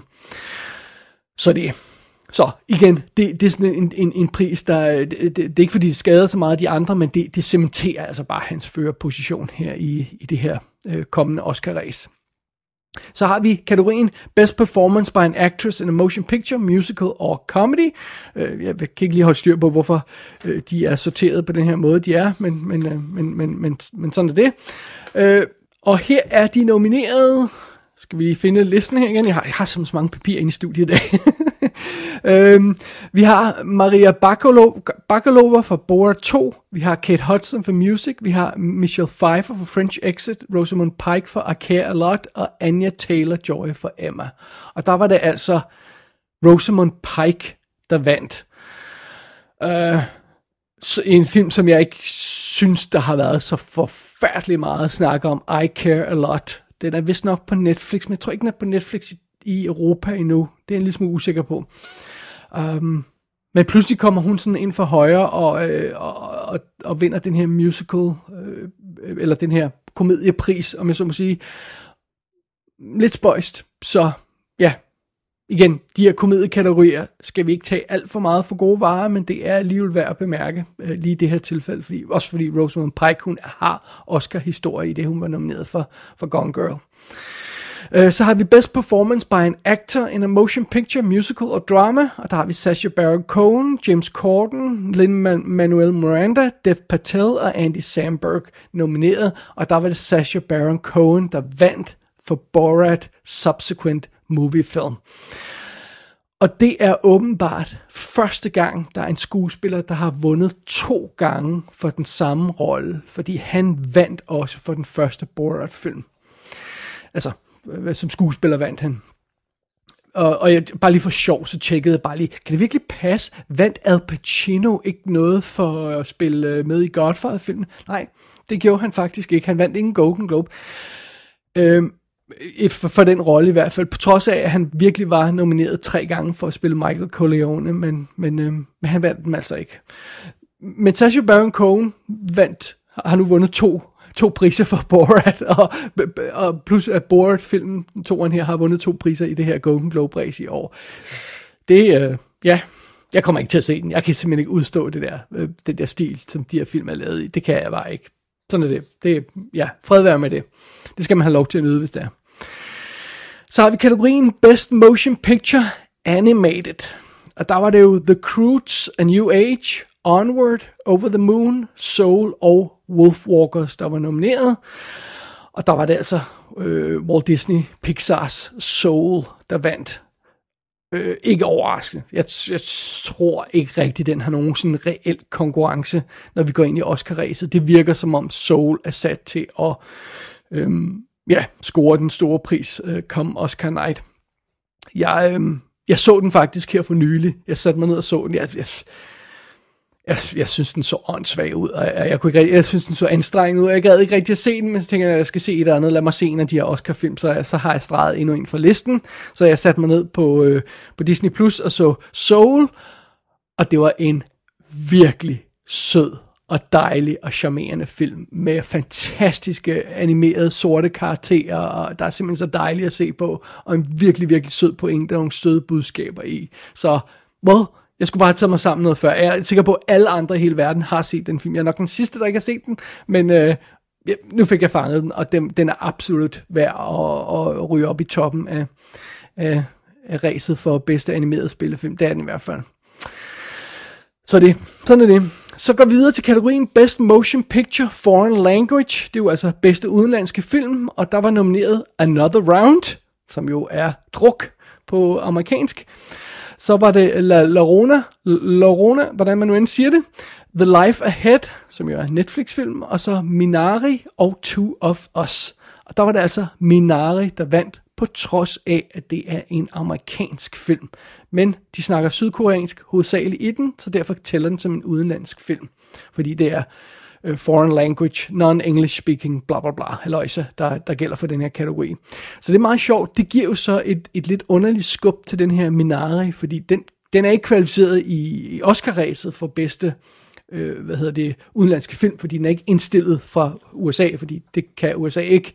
Så igen, det er sådan en pris, der det er ikke fordi det skader så meget de andre, men det cementerer altså bare hans førerposition her i det her kommende Oscar-ræs. Så har vi kategorien Best Performance by an Actress in a Motion Picture, Musical or Comedy. Jeg kan ikke lige holde styr på, hvorfor de er sorteret på den her måde, de er, men sådan er det. Og her er de nomineret. Skal vi lige finde listen her igen? Jeg har så mange papirer inde i studiet i dag. Vi har Maria Bakalova for Borat 2. Vi har Kate Hudson for Music. Vi har Michelle Pfeiffer for French Exit. Rosamund Pike for I Care A Lot. Og Anya Taylor-Joy for Emma. Og der var det altså Rosamund Pike, der vandt. En film, som jeg ikke synes, der har været så forfærdeligt meget snak om. I Care A Lot. Den er vist nok på Netflix, men jeg tror ikke, den er på Netflix i Europa endnu. Det er jeg en lille smule usikker på. Men pludselig kommer hun sådan ind for højre og vinder den her musical, eller den her komediepris, om jeg så må sige. Lidt spøjst. Så ja, igen, de her komediekategorier skal vi ikke tage alt for meget for gode varer, men det er alligevel værd at bemærke lige i det her tilfælde, også fordi Rosamund Pike, hun har Oscar-historie i det, hun var nomineret for Gone Girl. Så har vi Best Performance by an Actor in a Motion Picture, Musical or Drama, og der har vi Sacha Baron Cohen, James Corden, Lin-Manuel Miranda, Dev Patel og Andy Samberg nomineret, og der var det Sacha Baron Cohen, der vandt for Borat Subsequent Movie Film. Og det er åbenbart første gang, der er en skuespiller, der har vundet 2 gange for den samme rolle, fordi han vandt også for den første Borat-film. Altså, som skuespiller vandt han. Og jeg, bare lige for sjov, så tjekkede jeg bare lige, kan det virkelig passe? Vandt Al Pacino ikke noget for at spille med i Godfather-filmen? Nej, det gjorde han faktisk ikke. Han vandt ingen Golden Globe. For den rolle i hvert fald, på trods af, at han virkelig var nomineret 3 gange for at spille Michael Corleone, men han vandt dem altså ikke. Men Sacha Baron Cohen har nu vundet to priser for Borat, og plus at Borat-filmen, 2'eren her, har vundet 2 priser i det her Golden Globe-race i år. Det, jeg kommer ikke til at se den. Jeg kan simpelthen ikke udstå den der stil, som de her film er lavet i. Det kan jeg bare ikke. Sådan er det. Fred være med det. Det skal man have lov til at nyde, hvis det er. Så har vi kategorien Best Motion Picture Animated. Og der var det jo The Croods, A New Age, Onward, Over the Moon, Soul og Wolfwalkers, der var nomineret. Og der var det altså Walt Disney Pixars Soul, der vandt. Ikke overraskende. Jeg tror ikke rigtigt, den har nogen sådan reel konkurrence, når vi går ind i Oscar-ræset. Det virker som om Soul er sat til at score den store pris come Oscar Night. Jeg så den faktisk her for nylig. Jeg satte mig ned og så den. Jeg synes, den så åndssvag ud, og jeg synes, den så anstrengende ud. Jeg gad ikke rigtig at se den, men så tænker jeg skal se et andet. Lad mig se en af de her Oscar-film, så har jeg streget endnu en fra listen. Så jeg satte mig ned på Disney Plus og så Soul, og det var en virkelig sød og dejlig og charmerende film med fantastiske animerede sorte karakterer, og der er simpelthen så dejligt at se på, og en virkelig, virkelig sød pointe og nogle søde budskaber i. Så, jeg skulle bare have taget mig sammen noget før. Jeg er sikker på, at alle andre i hele verden har set den film. Jeg er nok den sidste, der ikke har set den, men nu fik jeg fanget den, og den er absolut værd at ryge op i toppen af ræset for bedste animerede spillefilm. Det er den i hvert fald. Sådan er det. Så går vi videre til kategorien Best Motion Picture Foreign Language. Det er jo altså bedste udenlandske film, og der var nomineret Another Round, som jo er druk på amerikansk. Så var det La Llorona, hvordan man nu end siger det. The Life Ahead, som jo er en Netflix-film, og så Minari og Two of Us. Og der var det altså Minari, der vandt, på trods af, at det er en amerikansk film. Men de snakker sydkoreansk hovedsageligt i den, så derfor tæller den som en udenlandsk film. Fordi det er foreign language, non-English speaking, bla bla bla, halløjse, der gælder for den her kategori. Så det er meget sjovt. Det giver jo så et lidt underligt skub til den her Minari, fordi den er ikke kvalificeret i Oscar-ræset for bedste udenlandske film, fordi den er ikke indstillet fra USA, fordi det kan USA ikke.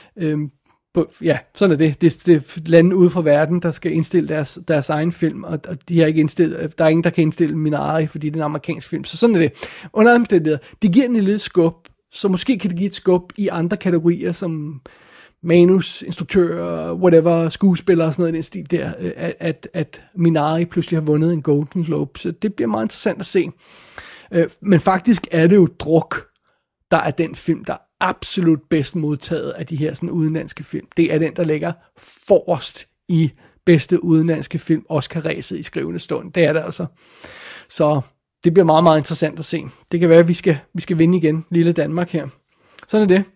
Sådan er det. Det er lande ude fra verden, der skal indstille deres egen film, og de har ikke indstillet, der er ingen, der kan indstille Minari, fordi det er en amerikansk film. Så sådan er det. Under omstændigheder, det giver den et lille skub, så måske kan det give et skub i andre kategorier, som manus, instruktører, whatever, skuespillere og sådan noget i den stil der, at Minari pludselig har vundet en Golden Globe. Så det bliver meget interessant at se. Men faktisk er det jo Druk, der er den film, der absolut bedst modtaget af de her sådan udenlandske film. Det er den, der ligger forrest i bedste udenlandske film, Oscar-ræset i skrivende stund. Det er det altså. Så det bliver meget, meget interessant at se. Det kan være, at vi skal vinde igen, lille Danmark her. Sådan er det.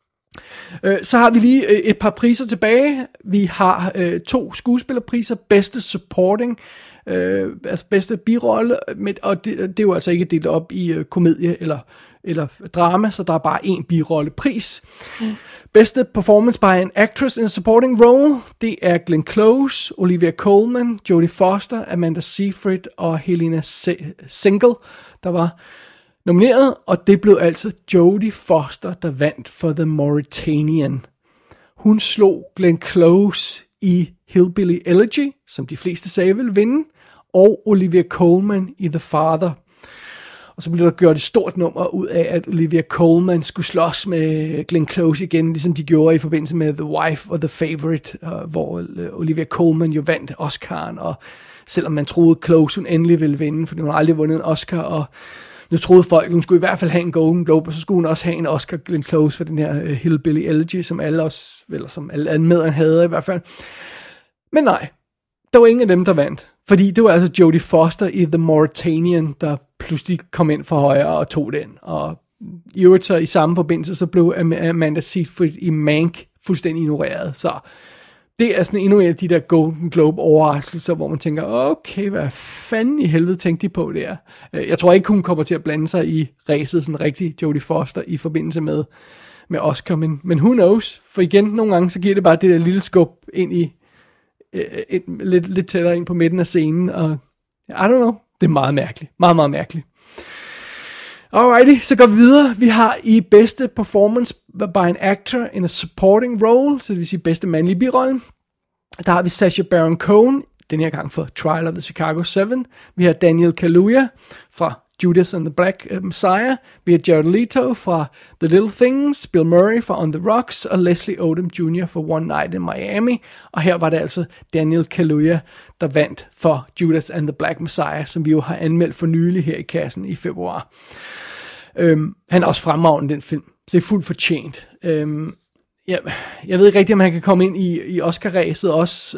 Så har vi lige et par priser tilbage. Vi har 2 skuespillerpriser. Bedste supporting, altså bedste birolle, og det er jo altså ikke delt op i komedie eller drama, så der er bare én birollepris. Bedste performance by an actress in a supporting role, det er Glenn Close, Olivia Colman, Jodie Foster, Amanda Seyfried og Helena Single, der var nomineret, og det blev altså Jodie Foster, der vandt for The Mauritanian. Hun slog Glenn Close i Hillbilly Elegy, som de fleste sagde ville vinde, og Olivia Colman i The Father. Og så blev der gjort et stort nummer ud af, at Olivia Colman skulle slås med Glenn Close igen, ligesom de gjorde i forbindelse med The Wife og The Favorite, hvor Olivia Colman jo vandt Oscar'en, og selvom man troede Close hun endelig ville vinde, fordi hun har aldrig vundet en Oscar, og nu troede folk, hun skulle i hvert fald have en Golden Globe, og så skulle hun også have en Oscar, Glenn Close, for den her Hillbilly Elegy, som alle også, eller som alle anmelderne havde i hvert fald. Men nej, der var ingen af dem, der vandt. Fordi det var altså Jodie Foster i The Mauritanian, der pludselig kom ind for højre og tog den. Og i øvrigt så i samme forbindelse, så blev Amanda Seyfried i Mank fuldstændig ignoreret. Så det er sådan endnu en af de der Golden Globe overraskelser, hvor man tænker, okay, hvad fanden i helvede tænkte de på der? Jeg tror ikke, hun kommer til at blande sig i ræset sådan rigtig Jodie Foster i forbindelse med Oscar, men who knows? For igen, nogle gange så giver det bare det der lille skub ind i lidt tættere ind på midten af scenen, og I don't know, det er meget mærkeligt. Meget, meget mærkeligt. Alrighty, så går vi videre. Vi har i bedste performance by an actor in a supporting role, så det vil sige bedste mandlige birolle. Der har vi Sacha Baron Cohen, den her gang for Trial of the Chicago 7. Vi har Daniel Kaluuya fra Judas and the Black Messiah. Vi har Jared Leto fra The Little Things, Bill Murray fra On the Rocks, og Leslie Odom Jr. for One Night in Miami. Og her var det altså Daniel Kaluuya, der vandt for Judas and the Black Messiah, som vi jo har anmeldt for nylig her i kassen i februar. Han er også fremragende den film, så det er fuldt fortjent. Jeg ved ikke rigtigt, om han kan komme ind i Oscar-ræset også.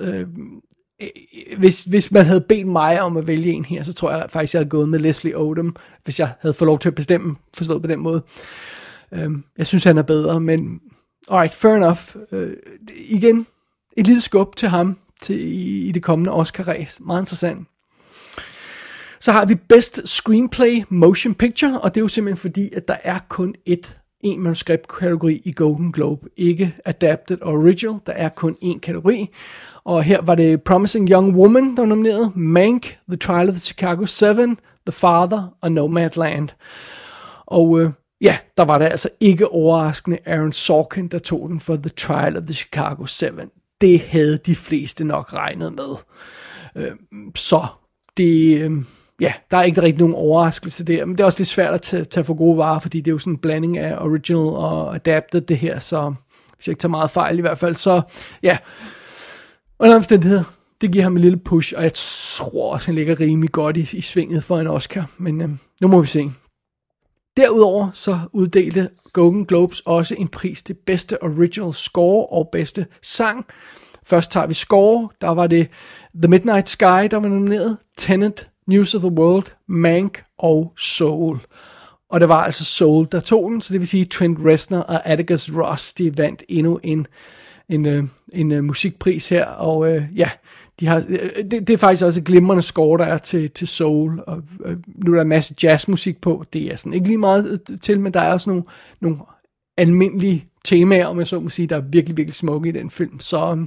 Hvis man havde bedt mig om at vælge en her, så tror jeg faktisk, jeg havde gået med Leslie Odom, hvis jeg havde fået lov til at bestemme, forstået på den måde. Jeg synes, han er bedre, men alright, fair enough. Igen, et lille skub til ham i det kommende Oscar-ræs. Meget interessant. Så har vi Best Screenplay Motion Picture, og det er jo simpelthen fordi, at der er kun en manuskriptkategori i Golden Globe, ikke Adapted Original, der er kun én kategori, og her var det Promising Young Woman, der var nomineret, Mank, The Trial of the Chicago 7, The Father og Nomadland. Og der var det altså ikke overraskende Aaron Sorkin, der tog den for The Trial of the Chicago 7. Det havde de fleste nok regnet med. Så det... der er ikke rigtig nogen overraskelse der, men det er også lidt svært at tage for gode varer, fordi det er jo sådan en blanding af original og adapted det her, så hvis jeg ikke tager meget fejl i hvert fald, så under omstændigheder, det giver ham en lille push, og jeg tror også, han ligger rimelig godt i svinget for en Oscar, men nu må vi se. Derudover så uddelte Golden Globes også en pris til bedste original score og bedste sang. Først tager vi score, der var det The Midnight Sky, der var nomineret, Tenet, News of the World, Mank og Soul. Og det var altså Soul, der tog den, så det vil sige Trent Reznor og Atticus Ross, de vandt endnu en musikpris her, og de har, det er faktisk også et glimrende score, der er til Soul, og nu er der en masse jazzmusik på, det er sådan ikke lige meget til, men der er også nogle almindelige temaer, om jeg så må sige, der er virkelig, virkelig smukke i den film, så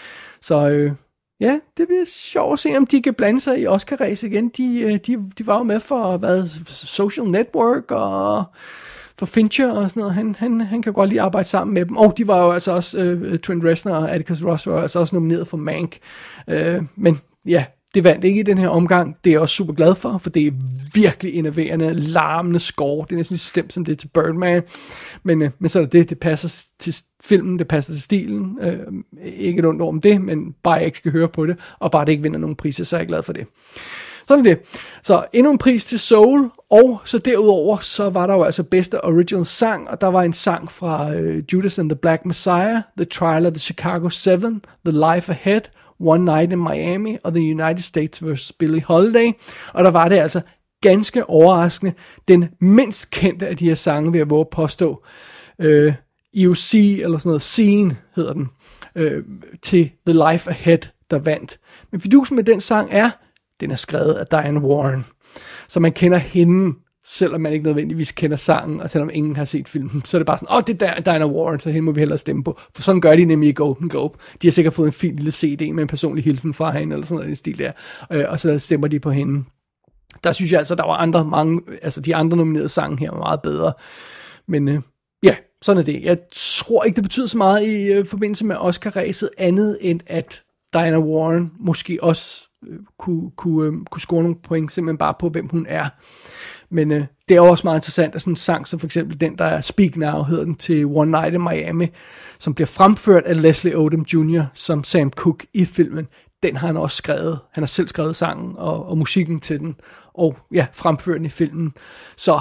det bliver sjovt at se, om de kan blande sig i Oscar-ræs igen. De var jo med for Social Network og for Fincher og sådan noget. Han kan godt lige arbejde sammen med dem. Og de var jo altså også, Trent Reznor og Atticus Ross var altså også nomineret for Mank. Men det vandt ikke i den her omgang. Det er jeg også super glad for det er virkelig innoverende, larmende score. Det er næsten stemt som det til Birdman. Men så er det passer til filmen, det passer til stilen. Ikke et ondt ord om det, men bare jeg ikke skal høre på det, og bare det ikke vinder nogen priser, så er jeg glad for det. Sådan er det. Så endnu en pris til Soul, og så derudover, så var der jo altså bedste original sang, og der var en sang fra Judas and the Black Messiah, The Trial of the Chicago 7, The Life Ahead, One Night in Miami og The United States vs. Billie Holiday. Og der var det altså ganske overraskende den mindst kendte af de her sange, vil jeg våge at påstå. EOC eller sådan noget, Scene hedder den, til The Life Ahead, der vandt. Men fidusen med den sang den er skrevet af Diane Warren. Så man kender hende, selvom man ikke nødvendigvis kender sangen, og selvom ingen har set filmen, så er det bare sådan, det er Diana Warren, så hende må vi hellere stemme på. For sådan gør de nemlig i Golden Globe. De har sikkert fået en fin lille CD med en personlig hilsen fra hende, eller sådan noget i stil der, og så stemmer de på hende. Der synes jeg altså, der var de andre nominerede sange her var meget bedre. Men sådan er det. Jeg tror ikke, det betyder så meget i forbindelse med Oscar-ræset, andet end at Diana Warren måske også kunne score nogle point, simpelthen bare på, hvem hun er. Men det er også meget interessant, at sådan en sang som for eksempel den, der er Speak Now, hedder den, til One Night in Miami, som bliver fremført af Leslie Odom Jr. som Sam Cooke i filmen. Den har han også skrevet. Han har selv skrevet sangen og musikken til den, og fremført den i filmen. Så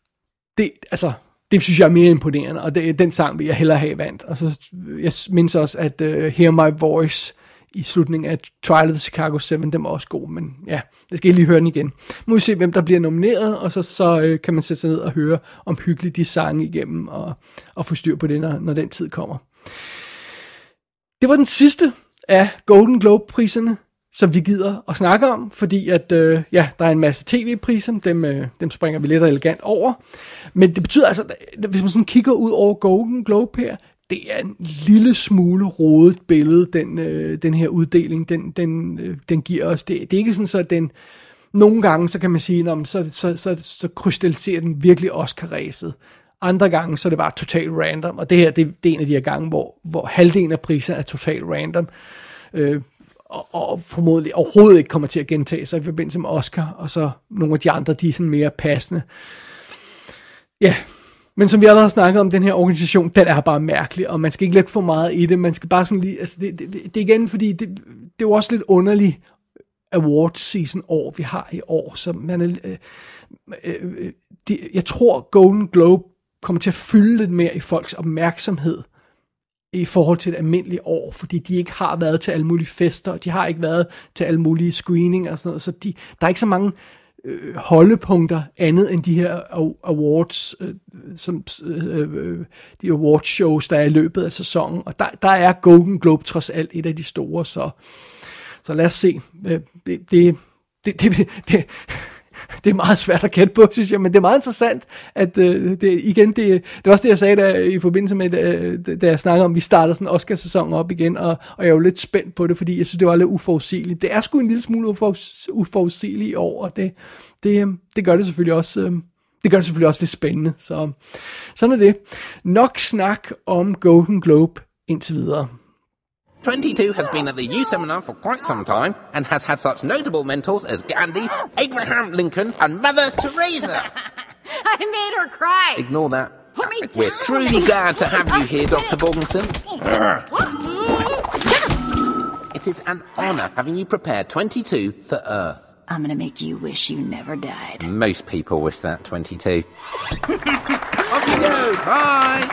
det synes jeg er mere imponerende, og den sang vil jeg hellere have vandt. Og så, jeg mindes også, at Hear My Voice i slutningen af Trial of the Chicago 7, den var også god, men ja, det skal jeg lige høre den igen. Nu må vi se, hvem der bliver nomineret, og så kan man sætte sig ned og høre omhyggeligt de sange igennem, og få styr på det, når den tid kommer. Det var den sidste af Golden Globe-priserne, som vi gider at snakke om, fordi at, der er en masse tv-priser, dem springer vi lidt og elegant over. Men det betyder altså, hvis man sådan kigger ud over Golden Globe her, det er en lille smule rodet billede, den her uddeling, den giver os. Det er ikke sådan, så den nogle gange, så kan man sige, så krystalliserer den virkelig Oscar-ræset. Andre gange, så er det bare totalt random, og det her, det er en af de her gange, hvor halvdelen af priserne er totalt random, og formodentlig overhovedet ikke kommer til at gentage sig i forbindelse med Oscar, og så nogle af de andre, de er sådan mere passende. Ja, men som vi allerede har snakket om, den her organisation, den er bare mærkelig, og man skal ikke lægge for meget i det, man skal bare sådan lige, altså det er igen, fordi det er jo også lidt underligt awards season år, vi har i år, så man jeg tror Golden Globe kommer til at fylde lidt mere i folks opmærksomhed i forhold til et almindeligt år, fordi de ikke har været til alle mulige fester, og de har ikke været til alle mulige screeninger og sådan noget, så der er ikke så mange holdepunkter andet end de her awards, de awards shows, der er i løbet af sæsonen, og der er Golden Globe trods alt et af de store, så lad os se. Det er meget svært at gætte på, synes jeg, men det er meget interessant, at det var også det, jeg sagde der, i forbindelse med, da jeg snakkede om, at vi starter sådan en Oscar-sæson op igen, og jeg er jo lidt spændt på det, fordi jeg synes, det var lidt uforudsigeligt. Det er sgu en lille smule uforudsigeligt i år, og det gør det selvfølgelig også, lidt spændende, så sådan er det. Nok snak om Golden Globe indtil videre. 22 has been at the U Seminar for quite some time and has had such notable mentors as Gandhi, Abraham Lincoln and Mother Teresa. I made her cry. Ignore that. Put me down. We're truly glad to have you here, Dr. Borgenson. It is an honor having you prepare 22 for Earth. I'm gonna make you wish you never died. Most people wish that, 22. Off you go. Bye.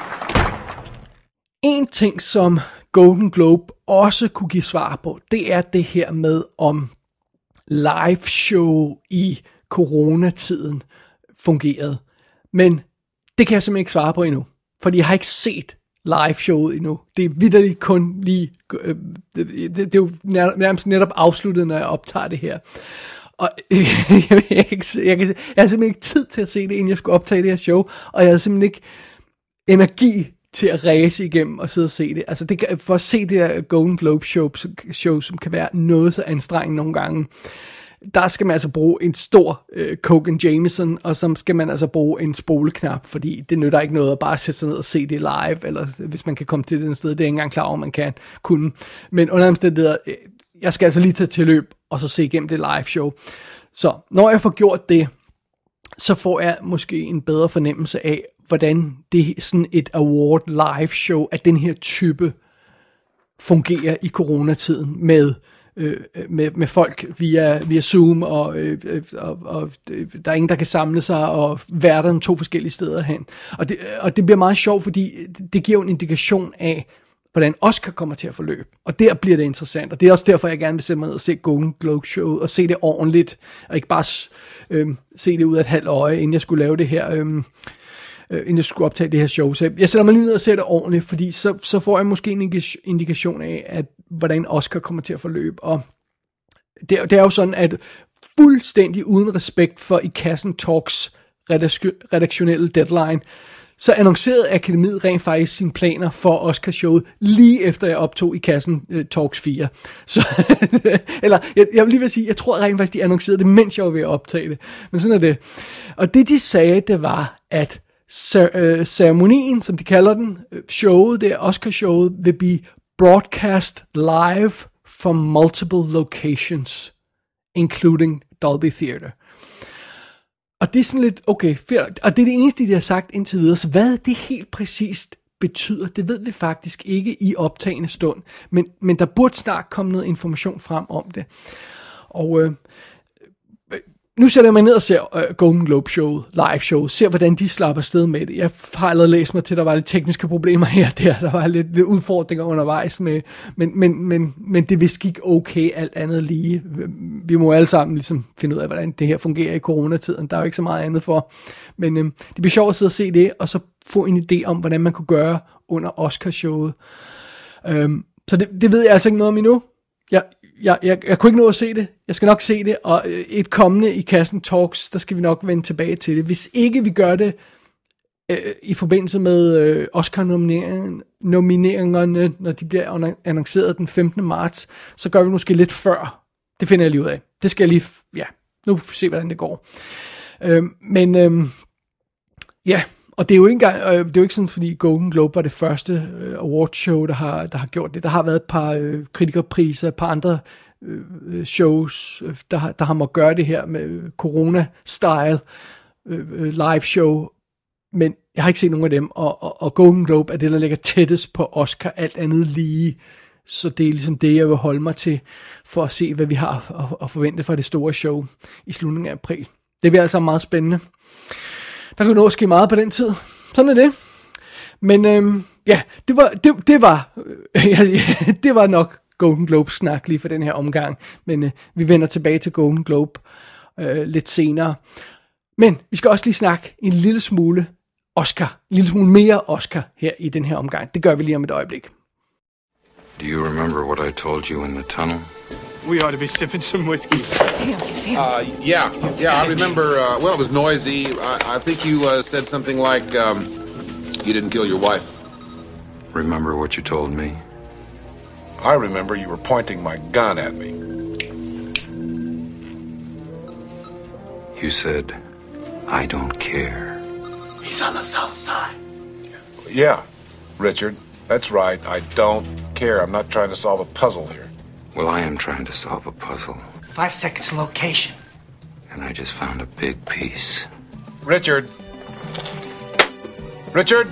En ting, som Golden Globe også kunne give svar på, det er det her med, om live show i coronatiden fungerede. Men det kan jeg simpelthen ikke svare på endnu, fordi jeg har ikke set live showet endnu. Det er vitterligt kun lige, det er jo nærmest netop afsluttet, når jeg optager det her. Og jeg har simpelthen ikke tid til at se det, inden jeg skulle optage det her show, og jeg havde simpelthen ikke energi til at ræse igennem og sidde og se det. Altså for at se det her Golden Globe show, som kan være noget så anstrengende nogle gange, der skal man altså bruge en stor Coke and Jameson, og så skal man altså bruge en spoleknap, fordi det nytter ikke noget at bare sætte sig ned og se det live, eller hvis man kan komme til det sted, det er ikke engang klar over, man kan kunne. Men under omstændigheder, jeg skal altså lige tage tilløb, og så se igennem det live show. Så når jeg får gjort det, så får jeg måske en bedre fornemmelse af, hvordan det sådan et award live show af den her type fungerer i coronatiden med folk via Zoom, og der er ingen, der kan samle sig, og værterne 2 forskellige steder hen. Og det bliver meget sjovt, fordi det giver en indikation af, hvordan Oscar kommer til at forløbe. Og der bliver det interessant, og det er også derfor, jeg gerne vil sætte mig ned og se Golden Globe Show, og se det ordentligt, og ikke bare se det ud af et halvt øje, inden jeg skulle lave det her, inden jeg skulle optage det her show. Så jeg sætter mig lige ned og ser det ordentligt, fordi så får jeg måske en indikation af, hvordan Oscar kommer til at forløbe. Og det er jo sådan, at fuldstændig uden respekt for I Kassen Talks redaktionelle deadline, så annoncerede Akademiet rent faktisk sine planer for Oscar-showet lige efter jeg optog I Kassen Talks 4. Så, eller jeg vil lige vil sige, jeg tror rent faktisk, de annoncerede det, mens jeg var ved at optage det. Men sådan er det. Og det de sagde, det var, at ceremonien, som de kalder den, showet, det er Oscar-showet, vil be broadcast live from multiple locations, including Dolby Theater. Og det er sådan lidt, okay, fair. Og det er det eneste, de har sagt indtil videre. Så hvad det helt præcist betyder, det ved vi faktisk ikke i optagende stund. Men der burde snart komme noget information frem om det. Og nu sætter jeg mig ned og ser Golden Globe showet, live show, ser hvordan de slapper afsted med det. Jeg har allerede læst mig til, at der var lidt tekniske problemer her og der var lidt udfordringer undervejs med, men det vist gik okay, alt andet lige. Vi må alle sammen ligesom finde ud af, hvordan det her fungerer i coronatiden. Der er jo ikke så meget andet for. Men det bliver sjovt at sidde og se det, og så få en idé om, hvordan man kunne gøre under Oscarshowet. Så det ved jeg altså ikke noget om endnu. Jeg kunne ikke nå at se det. Jeg skal nok se det, og et kommende i Kassen Talks, der skal vi nok vende tilbage til det. Hvis ikke vi gør det i forbindelse med Oscar-nomineringerne, når de bliver annonceret den 15. marts, så gør vi måske lidt før. Det finder jeg lige ud af. Det skal jeg lige, nu se hvordan det går. Og det er jo ikke engang, det er jo ikke sådan, fordi Golden Globe var det første awardshow, der har gjort det. Der har været et par kritikerpriser, et par andre shows, der har måttet gøre det her med corona-style live show, men jeg har ikke set nogen af dem, og Golden Globe er det, der ligger tættest på Oscar, alt andet lige. Så det er ligesom det, jeg vil holde mig til, for at se, hvad vi har at forvente fra det store show i slutningen af april. Det bliver altså meget spændende. Der kan jo nå at ske meget på den tid. Sådan er det. Men det var nok Golden Globe snak lige for den her omgang. Men vi vender tilbage til Golden Globe lidt senere. Men vi skal også lige snakke en lille smule Oscar. En lille smule mere Oscar her i den her omgang. Det gør vi lige om et øjeblik. Do you remember what I told you in the tunnel? We ought to be sipping some whiskey. Yeah, I remember, well, it was noisy. I think you said something like, you didn't kill your wife. Remember what you told me? I remember you were pointing my gun at me. You said, I don't care. He's on the south side. Yeah, Richard, that's right. I don't care. I'm not trying to solve a puzzle here. Well, I am trying to solve a puzzle. 5 seconds location. And I just found a big piece. Richard. Richard.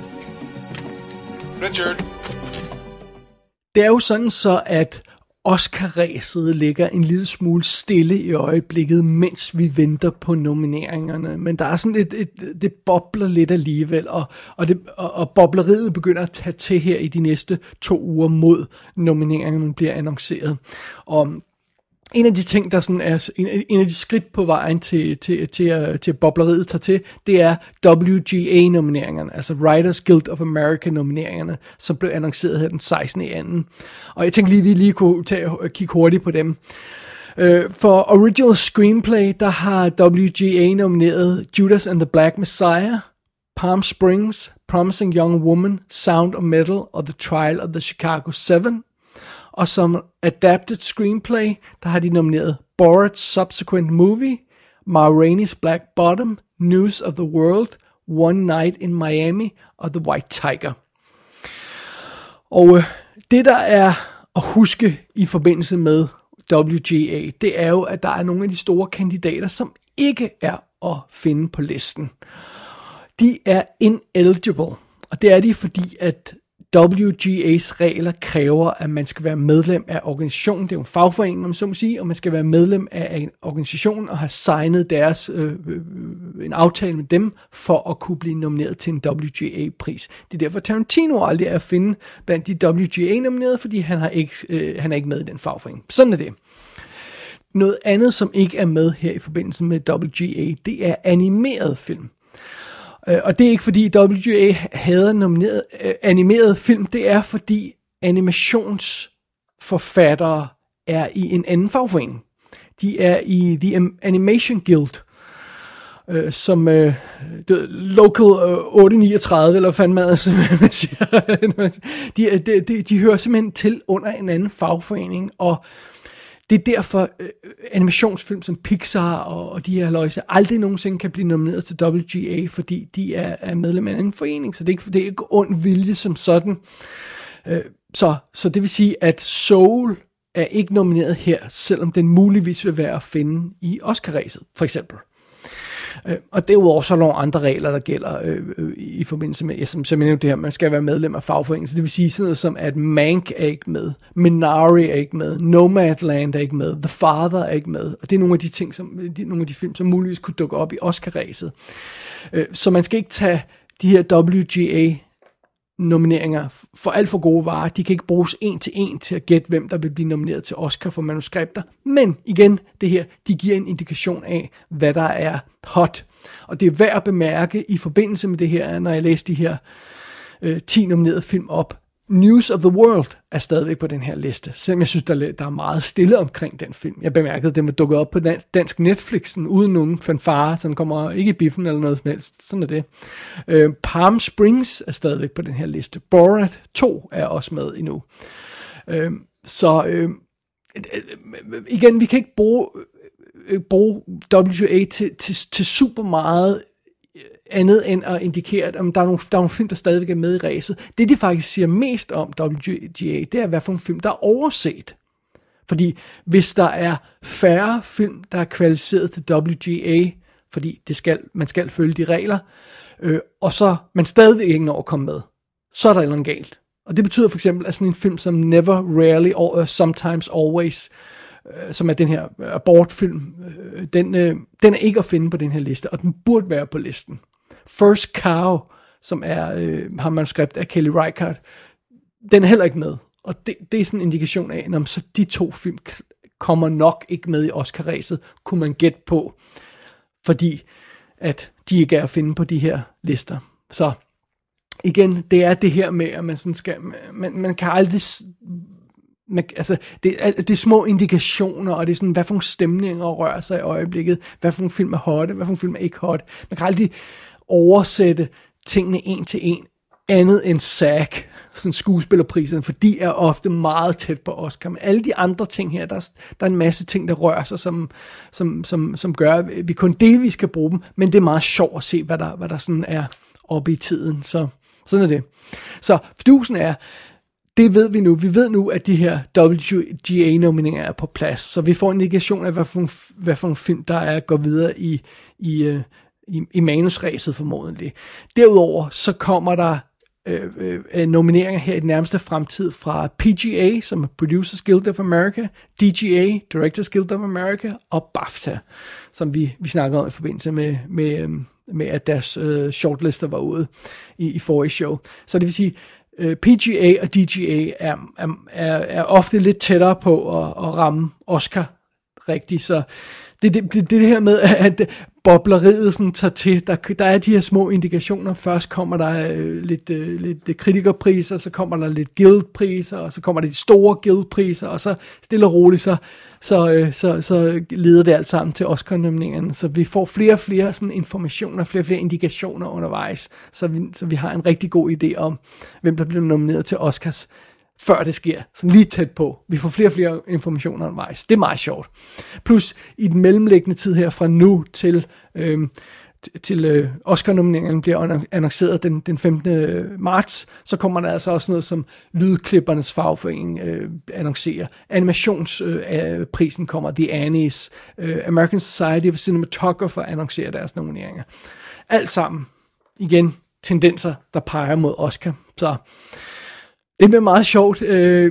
Det er jo sådan så, at Oscar-ræset ligger en lille smule stille i øjeblikket, mens vi venter på nomineringerne. Men der er sådan det bobler lidt alligevel, og bobleriet begynder at tage til her i de næste 2 uger mod nomineringerne bliver annonceret. Og en af de ting, der sådan er en af de skridt på vejen til bobleriet tager til, det er WGA-nomineringerne, altså Writers Guild of America-nomineringerne, som blev annonceret her den 16. Og jeg tænkte vi lige kunne kigge hurtigt på dem. For Original Screenplay, der har WGA nomineret Judas and the Black Messiah, Palm Springs, Promising Young Woman, Sound of Metal og The Trial of the Chicago 7. Og som Adapted Screenplay, der har de nomineret Borat's Subsequent Movie, Ma Rainey's Black Bottom, News of the World, One Night in Miami og The White Tiger. Og det der er at huske i forbindelse med WGA, det er jo, at der er nogle af de store kandidater, som ikke er at finde på listen. De er ineligible, og det er de, fordi at WGA's regler kræver, at man skal være medlem af organisationen. Det er jo en fagforening, om man så må sige, og man skal være medlem af en organisation og have signet deres en aftale med dem for at kunne blive nomineret til en WGA-pris. Det er derfor Tarantino aldrig er at finde blandt de WGA-nominerede, fordi han er ikke med i den fagforening. Sådan er det. Noget andet, som ikke er med her i forbindelse med WGA, det er animeret film. Og det er ikke fordi WGA havde nomineret animeret film, det er fordi animationsforfattere er i en anden fagforening. De er i The Animation Guild, som Local 839, eller hvad fanden man siger. De hører simpelthen til under en anden fagforening, og det er derfor animationsfilm som Pixar og de her løjse aldrig nogensinde kan blive nomineret til WGA, fordi de er medlem af en anden forening, så det er ikke ond vilje som sådan. Så det vil sige, at Soul er ikke nomineret her, selvom den muligvis vil være at finde i Oscar-ræset, for eksempel. Og derudover så er der nogle andre regler, der gælder i forbindelse med, som jeg nævnte det her, man skal være medlem af fagforeningen. Så det vil sige sådan noget som, at Mank er ikke med, Minari er ikke med, Nomadland er ikke med, The Father er ikke med. Og det er nogle af de ting, nogle af de film, som muligvis kunne dukke op i Oscar-ræset. Så man skal ikke tage de her WGA-nomineringer for alt for gode varer. De kan ikke bruges en til at gætte, hvem der vil blive nomineret til Oscar for manuskripter. Men igen, det her, de giver en indikation af, hvad der er hot. Og det er værd at bemærke i forbindelse med det her, når jeg læser de her 10 nominerede film op. News of the World er stadigvæk på den her liste, selvom jeg synes, der er meget stille omkring den film. Jeg bemærkede, at den var dukket op på dansk Netflixen, uden nogen fanfare, så den kommer ikke i biffen eller noget som helst. Sådan er det. Palm Springs er stadigvæk på den her liste. Borat 2 er også med endnu. Igen, vi kan ikke bruge WGA til super meget andet end at indikere, at der er nogle film, der stadigvæk er med i ræset. Det, de faktisk siger mest om WGA, det er, hvad for en film, der er overset. Fordi hvis der er færre film, der er kvalificeret til WGA, fordi man skal følge de regler, og så man stadigvæk ikke når at komme med, så er der noget galt. Og det betyder for eksempel, at sådan en film som Never, Rarely, or Sometimes, Always, som er den her abortfilm, den er ikke at finde på den her liste, og den burde være på listen. First Cow, som har manuskript af Kelly Reichardt, den er heller ikke med. Og det er sådan en indikation af, at så de 2 film kommer nok ikke med i Oscar-ræset, kunne man gætte på, fordi at de ikke er at finde på de her lister. Så igen, det er det her med, at man sådan skal, man kan aldrig, det er små indikationer, og det er sådan, hvad for nogle stemninger rører sig i øjeblikket, hvad for nogle film er hot, hvad for nogle film er ikke hot. Man kan aldrig oversætte tingene en til en, andet end SAG, sådan skuespillerpriserne, for de er ofte meget tæt på Oscar. Men alle de andre ting her, der er en masse ting, der rører sig, som gør, at vi kun delvis kan bruge dem, men det er meget sjovt at se, hvad der sådan er oppe i tiden. Så sådan er det. Så fidusen er, det ved vi nu. Vi ved nu, at de her WGA-nomineringer er på plads, så vi får en indikation af, hvad for en film, der går videre i manusræset formodentlig. Derudover så kommer der nomineringer her i den nærmeste fremtid fra PGA, som er Producers Guild of America, DGA, Directors Guild of America, og BAFTA, som vi snakker om i forbindelse med at deres shortlister var ude i forrige show. Så det vil sige, PGA og DGA er ofte lidt tættere på at ramme Oscar rigtigt, så det her med, at bobleriet sådan tager til, der er de her små indikationer. Først kommer der lidt kritikerpriser, så kommer der lidt guildpriser, og så kommer der de store guildpriser, og så stille og roligt, så leder det alt sammen til Oscar-nomineringen. Så vi får flere og flere sådan informationer, flere og flere indikationer undervejs, så vi har en rigtig god idé om, hvem der bliver nomineret til Oscars, før det sker, så lige tæt på. Vi får flere og flere informationer undervejs. Det er meget sjovt. Plus i den mellemliggende tid her fra nu til Oscar-nomineringen bliver annonceret den 15. marts, så kommer der altså også noget, som Lydklippernes fagforening annoncerer. Animationsprisen kommer, The Annies, American Society of Cinematographer annoncerer deres nomineringer. Alt sammen, igen, tendenser, der peger mod Oscar. Så det bliver meget sjovt. Jeg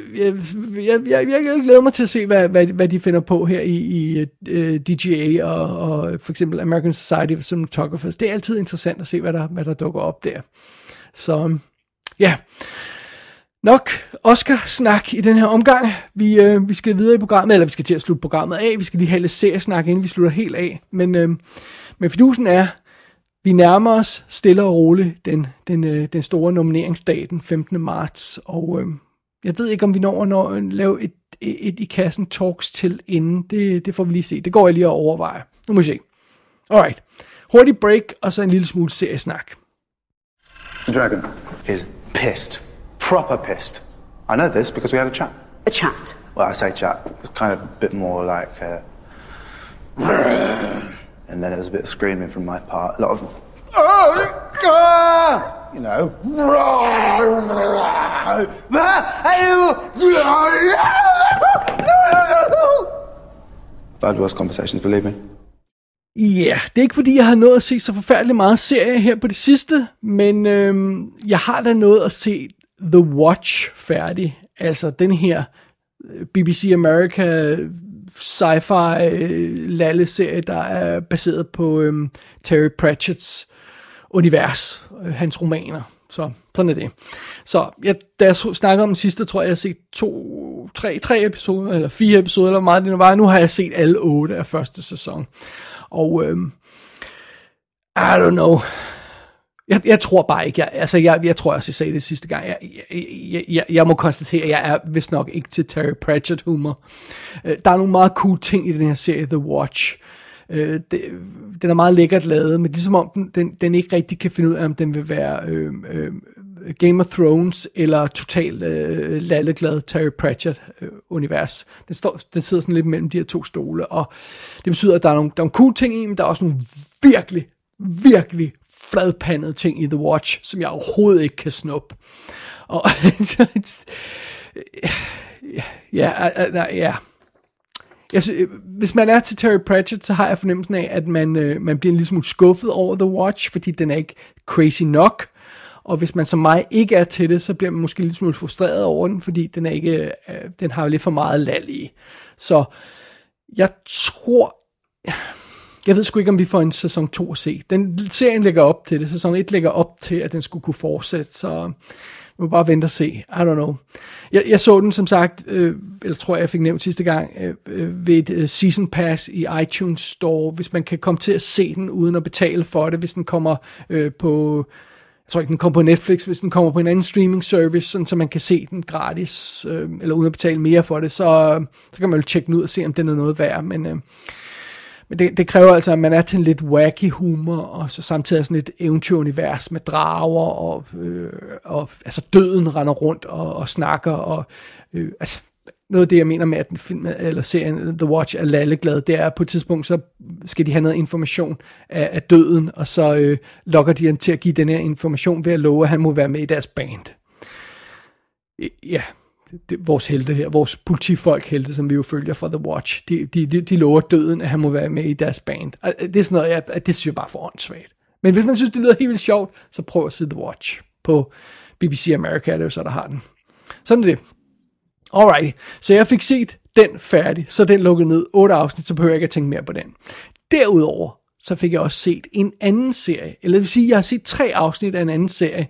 glæder mig til at se, hvad de finder på her i DGA og for eksempel American Society of Cinematographers. Det er altid interessant at se, hvad der dukker op der. Så ja, nok Oscar-snak i den her omgang. Vi skal videre i programmet, eller vi skal til at slutte programmet af. Vi skal lige have lidt seriesnak, inden vi slutter helt af. Men fidusen er, vi nærmer os stille og roligt den store nomineringsdag den 15. marts, og jeg ved ikke, om vi når at lave et i kassen talks til inden. Det får vi lige se. Det går jeg lige at overveje. Nu må vi se. Alright. Hurtig break, og så en lille smule seriesnak. Dragon is pissed. Proper pissed. I know this because we had a chat. A chat? Well, I say chat. It's kind of a bit more like... and then it was a bit of screaming from my part. A lot of... You know. I've had worse conversations, believe me. Ja, det er ikke fordi, jeg har nået at se så forfærdeligt meget serie her på det sidste, men jeg har da nået at se The Watch færdig. Altså den her BBC America sci-fi lalle-serie, der er baseret på Terry Pratchett's univers, hans romaner. Så sådan er det. Så da jeg snakker om den sidste, tror jeg har set 3 episoder, eller 4 episoder, eller hvor meget det nu var. Nu har jeg set alle 8 af første sæson. Og I don't know. Jeg tror bare ikke. Jeg tror også, jeg sagde det sidste gang. Jeg må konstatere, at jeg er vist nok ikke til Terry Pratchett humor. Der er nogle meget cool ting i den her serie, The Watch. Den er meget lækkert lavet, men ligesom om den ikke rigtig kan finde ud af, om den vil være Game of Thrones eller total lalleglad Terry Pratchett univers. Den sidder sådan lidt mellem de her 2 stole, og det betyder, at der er nogle cool ting i, men der er også nogle virkelig, virkelig fladpandede ting i The Watch, som jeg overhovedet ikke kan snuppe. Og ja. Hvis man er til Terry Pratchett, så har jeg fornemmelsen af, at man bliver en lille smule skuffet over The Watch, fordi den er ikke crazy nok. Og hvis man som mig ikke er til det, så bliver man måske lidt smule frustreret over den, fordi den har jo lidt for meget lal i. Så jeg tror... Jeg ved sgu ikke, om vi får en sæson 2 at se. Serien lægger op til det. Sæson 1 lægger op til, at den skulle kunne fortsætte, så vi må bare vente og se. I don't know. Jeg så den som sagt, eller tror jeg fik nævnt sidste gang, ved et season pass i iTunes Store, hvis man kan komme til at se den uden at betale for det, hvis den kommer på... Jeg tror ikke, den kommer på Netflix, hvis den kommer på en anden streaming service, sådan, så man kan se den gratis, eller uden at betale mere for det, så kan man jo tjekke den ud og se, om den er noget værd, men det kræver altså, at man er til en lidt wacky humor, og så samtidig sådan et eventyrunivers med drager, og altså døden render rundt og snakker, og altså noget af det, jeg mener med, at den film, eller serien The Watch er lalleglad, det er, på et tidspunkt, så skal de have noget information af døden, og så lokker de dem til at give den her information ved at love, at han må være med i deres band. Ja, vores helte her, vores politifolk helte, som vi jo følger fra The Watch, de lover døden, at han må være med i deres band. Det er sådan noget, det synes jeg bare for åndssvagt. Men hvis man synes, det lyder helt vildt sjovt, så prøv at se The Watch. På BBC America er det jo så, der har den. Sådan er det. Alright, så jeg fik set den færdig, så den lukkede ned 8 afsnit, så behøver jeg ikke at tænke mere på den. Derudover, så fik jeg også set en anden serie, eller det vil sige, jeg har set 3 afsnit af en anden serie,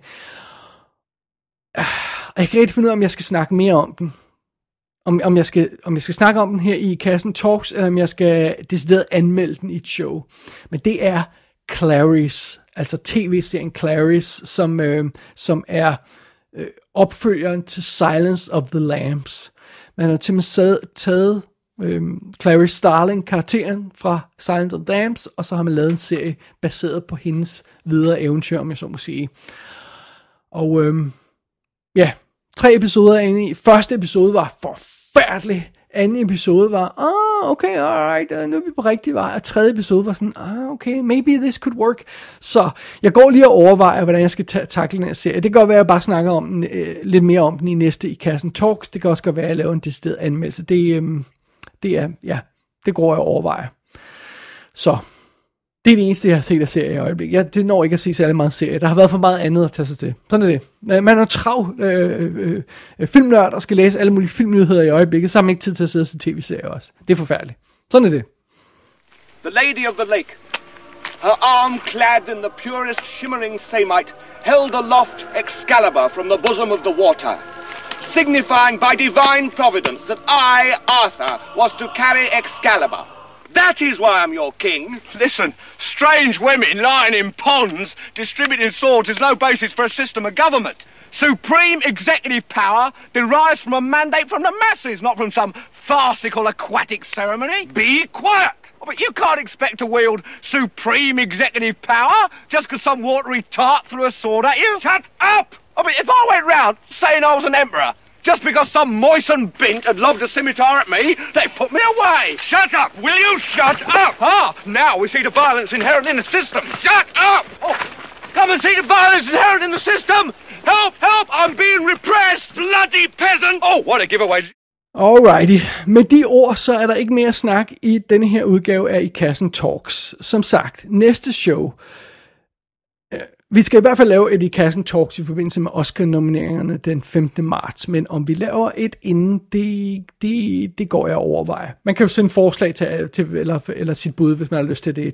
og jeg kan ikke finde ud af, om jeg skal snakke mere om den. Om jeg skal snakke om den her i Kassen Talks, eller om jeg skal decideret anmelde den i et show. Men det er Clarice, altså tv-serien Clarice, som er opfølgeren til Silence of the Lambs. Man har til og med taget Clarice Starling, karakteren fra Silence of the Lambs, og så har man lavet en serie baseret på hendes videre eventyr, om jeg så må sige. Og ja, 3 episoder inde i. Første episode var forfærdelig. Anden episode var, okay, alright, nu er vi på rigtig vej. Og 3. episode var sådan, okay, maybe this could work. Så jeg går lige og overvejer, hvordan jeg skal takle den her serie. Det kan godt være, at jeg bare snakker om den, lidt mere om den i næste i Kassen Talks. Det kan også godt være, at jeg laver en decideret anmeldelse. Det går jeg og overvejer. Så det er det eneste, jeg har set af serie i øjeblikket. Det når ikke at se særlig meget serie. Der har været for meget andet at tage sig til. Sådan er det. Man er trav filmnørd og skal læse alle mulige filmnyheder i øjeblikket, så har man ikke tid til at sidde til tv-serier også. Det er forfærdeligt. Sådan er det. The Lady of the Lake, her arm clad in the purest shimmering samite, held aloft Excalibur from the bosom of the water, signifying by divine providence that I, Arthur, was to carry Excalibur. That is why I'm your king. Listen, strange women lying in ponds distributing swords is no basis for a system of government. Supreme executive power derives from a mandate from the masses, not from some farcical aquatic ceremony. Be quiet! Oh, but you can't expect to wield supreme executive power just because some watery tart threw a sword at you. Shut up! Oh, but if I went round saying I was an emperor, just because some moistened bint had lobbed a scimitar at me, they'd put me away. Shut up! Will you shut up? Ah, now we see the violence inherent in the system. Shut up! Oh, come and see the violence inherent in the system. Help, help, I'm being repressed. Bloody peasant! Oh, what a giveaway. Alrighty. Med de ord, så er der ikke mere snak i denne her udgave af I Kassen Talks. Som sagt, næste show. Vi skal i hvert fald lave et I Kassen Talks i forbindelse med Oscar-nomineringerne den 15. marts. Men om vi laver et inden, det går jeg at overveje. Man kan jo sende forslag til eller sit bud, hvis man har lyst til det,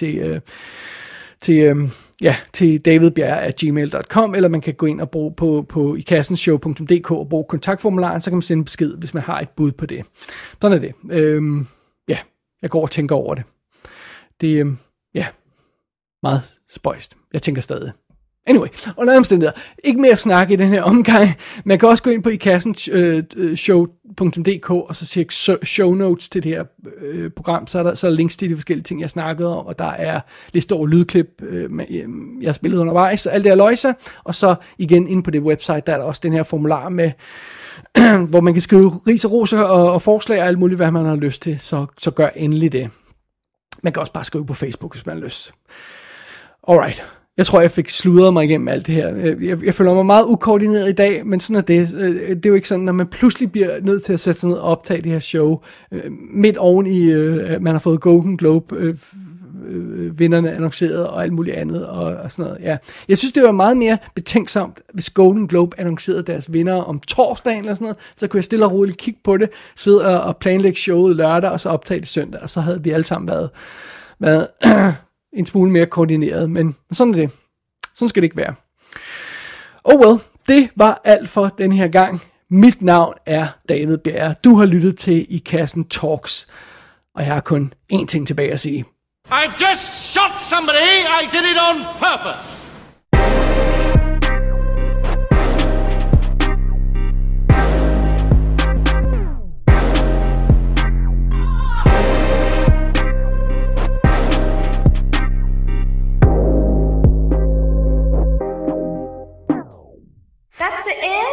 til davidbjerre@gmail.com, eller man kan gå ind og bruge på ikassenshow.dk og bruge kontaktformularen, så kan man sende besked, hvis man har et bud på det. Sådan er det. Jeg går og tænker over det. Det meget spøjst. Jeg tænker stadig. Anyway, under omstændigheder. Ikke mere snak i den her omgang. Man kan også gå ind på ikassenshow.dk og så se show notes til det her program. Så er der links til de forskellige ting, jeg snakkede om, og der er liste over lydklip, jeg har spillet undervejs, og alt det her løjse. Og så igen inde på det website, der er der også den her formular med, hvor man kan skrive ris og ros og forslag og alt muligt, hvad man har lyst til. Så gør endelig det. Man kan også bare skrive på Facebook, hvis man har lyst. Alright. Jeg tror, jeg fik sludret mig igennem alt det her. Jeg føler mig meget ukoordineret i dag, men sådan er det. Det er jo ikke sådan, når man pludselig bliver nødt til at sætte sig ned og optage det her show, midt oven i, man har fået Golden Globe vinderne annonceret og alt muligt andet og sådan noget. Ja. Jeg synes, det var meget mere betænksomt, hvis Golden Globe annoncerede deres vindere om torsdagen eller sådan noget, så kunne jeg stille og roligt kigge på det, sidde og planlægge showet lørdag, og så optage det søndag, og så havde vi alle sammen været en smule mere koordineret, men sådan er det. Sådan skal det ikke være. Det var alt for den her gang. Mit navn er David Bjerre. Du har lyttet til I Kassen Talks, og jeg har kun én ting tilbage at sige. I've just shot somebody. I did it on purpose. That's the end?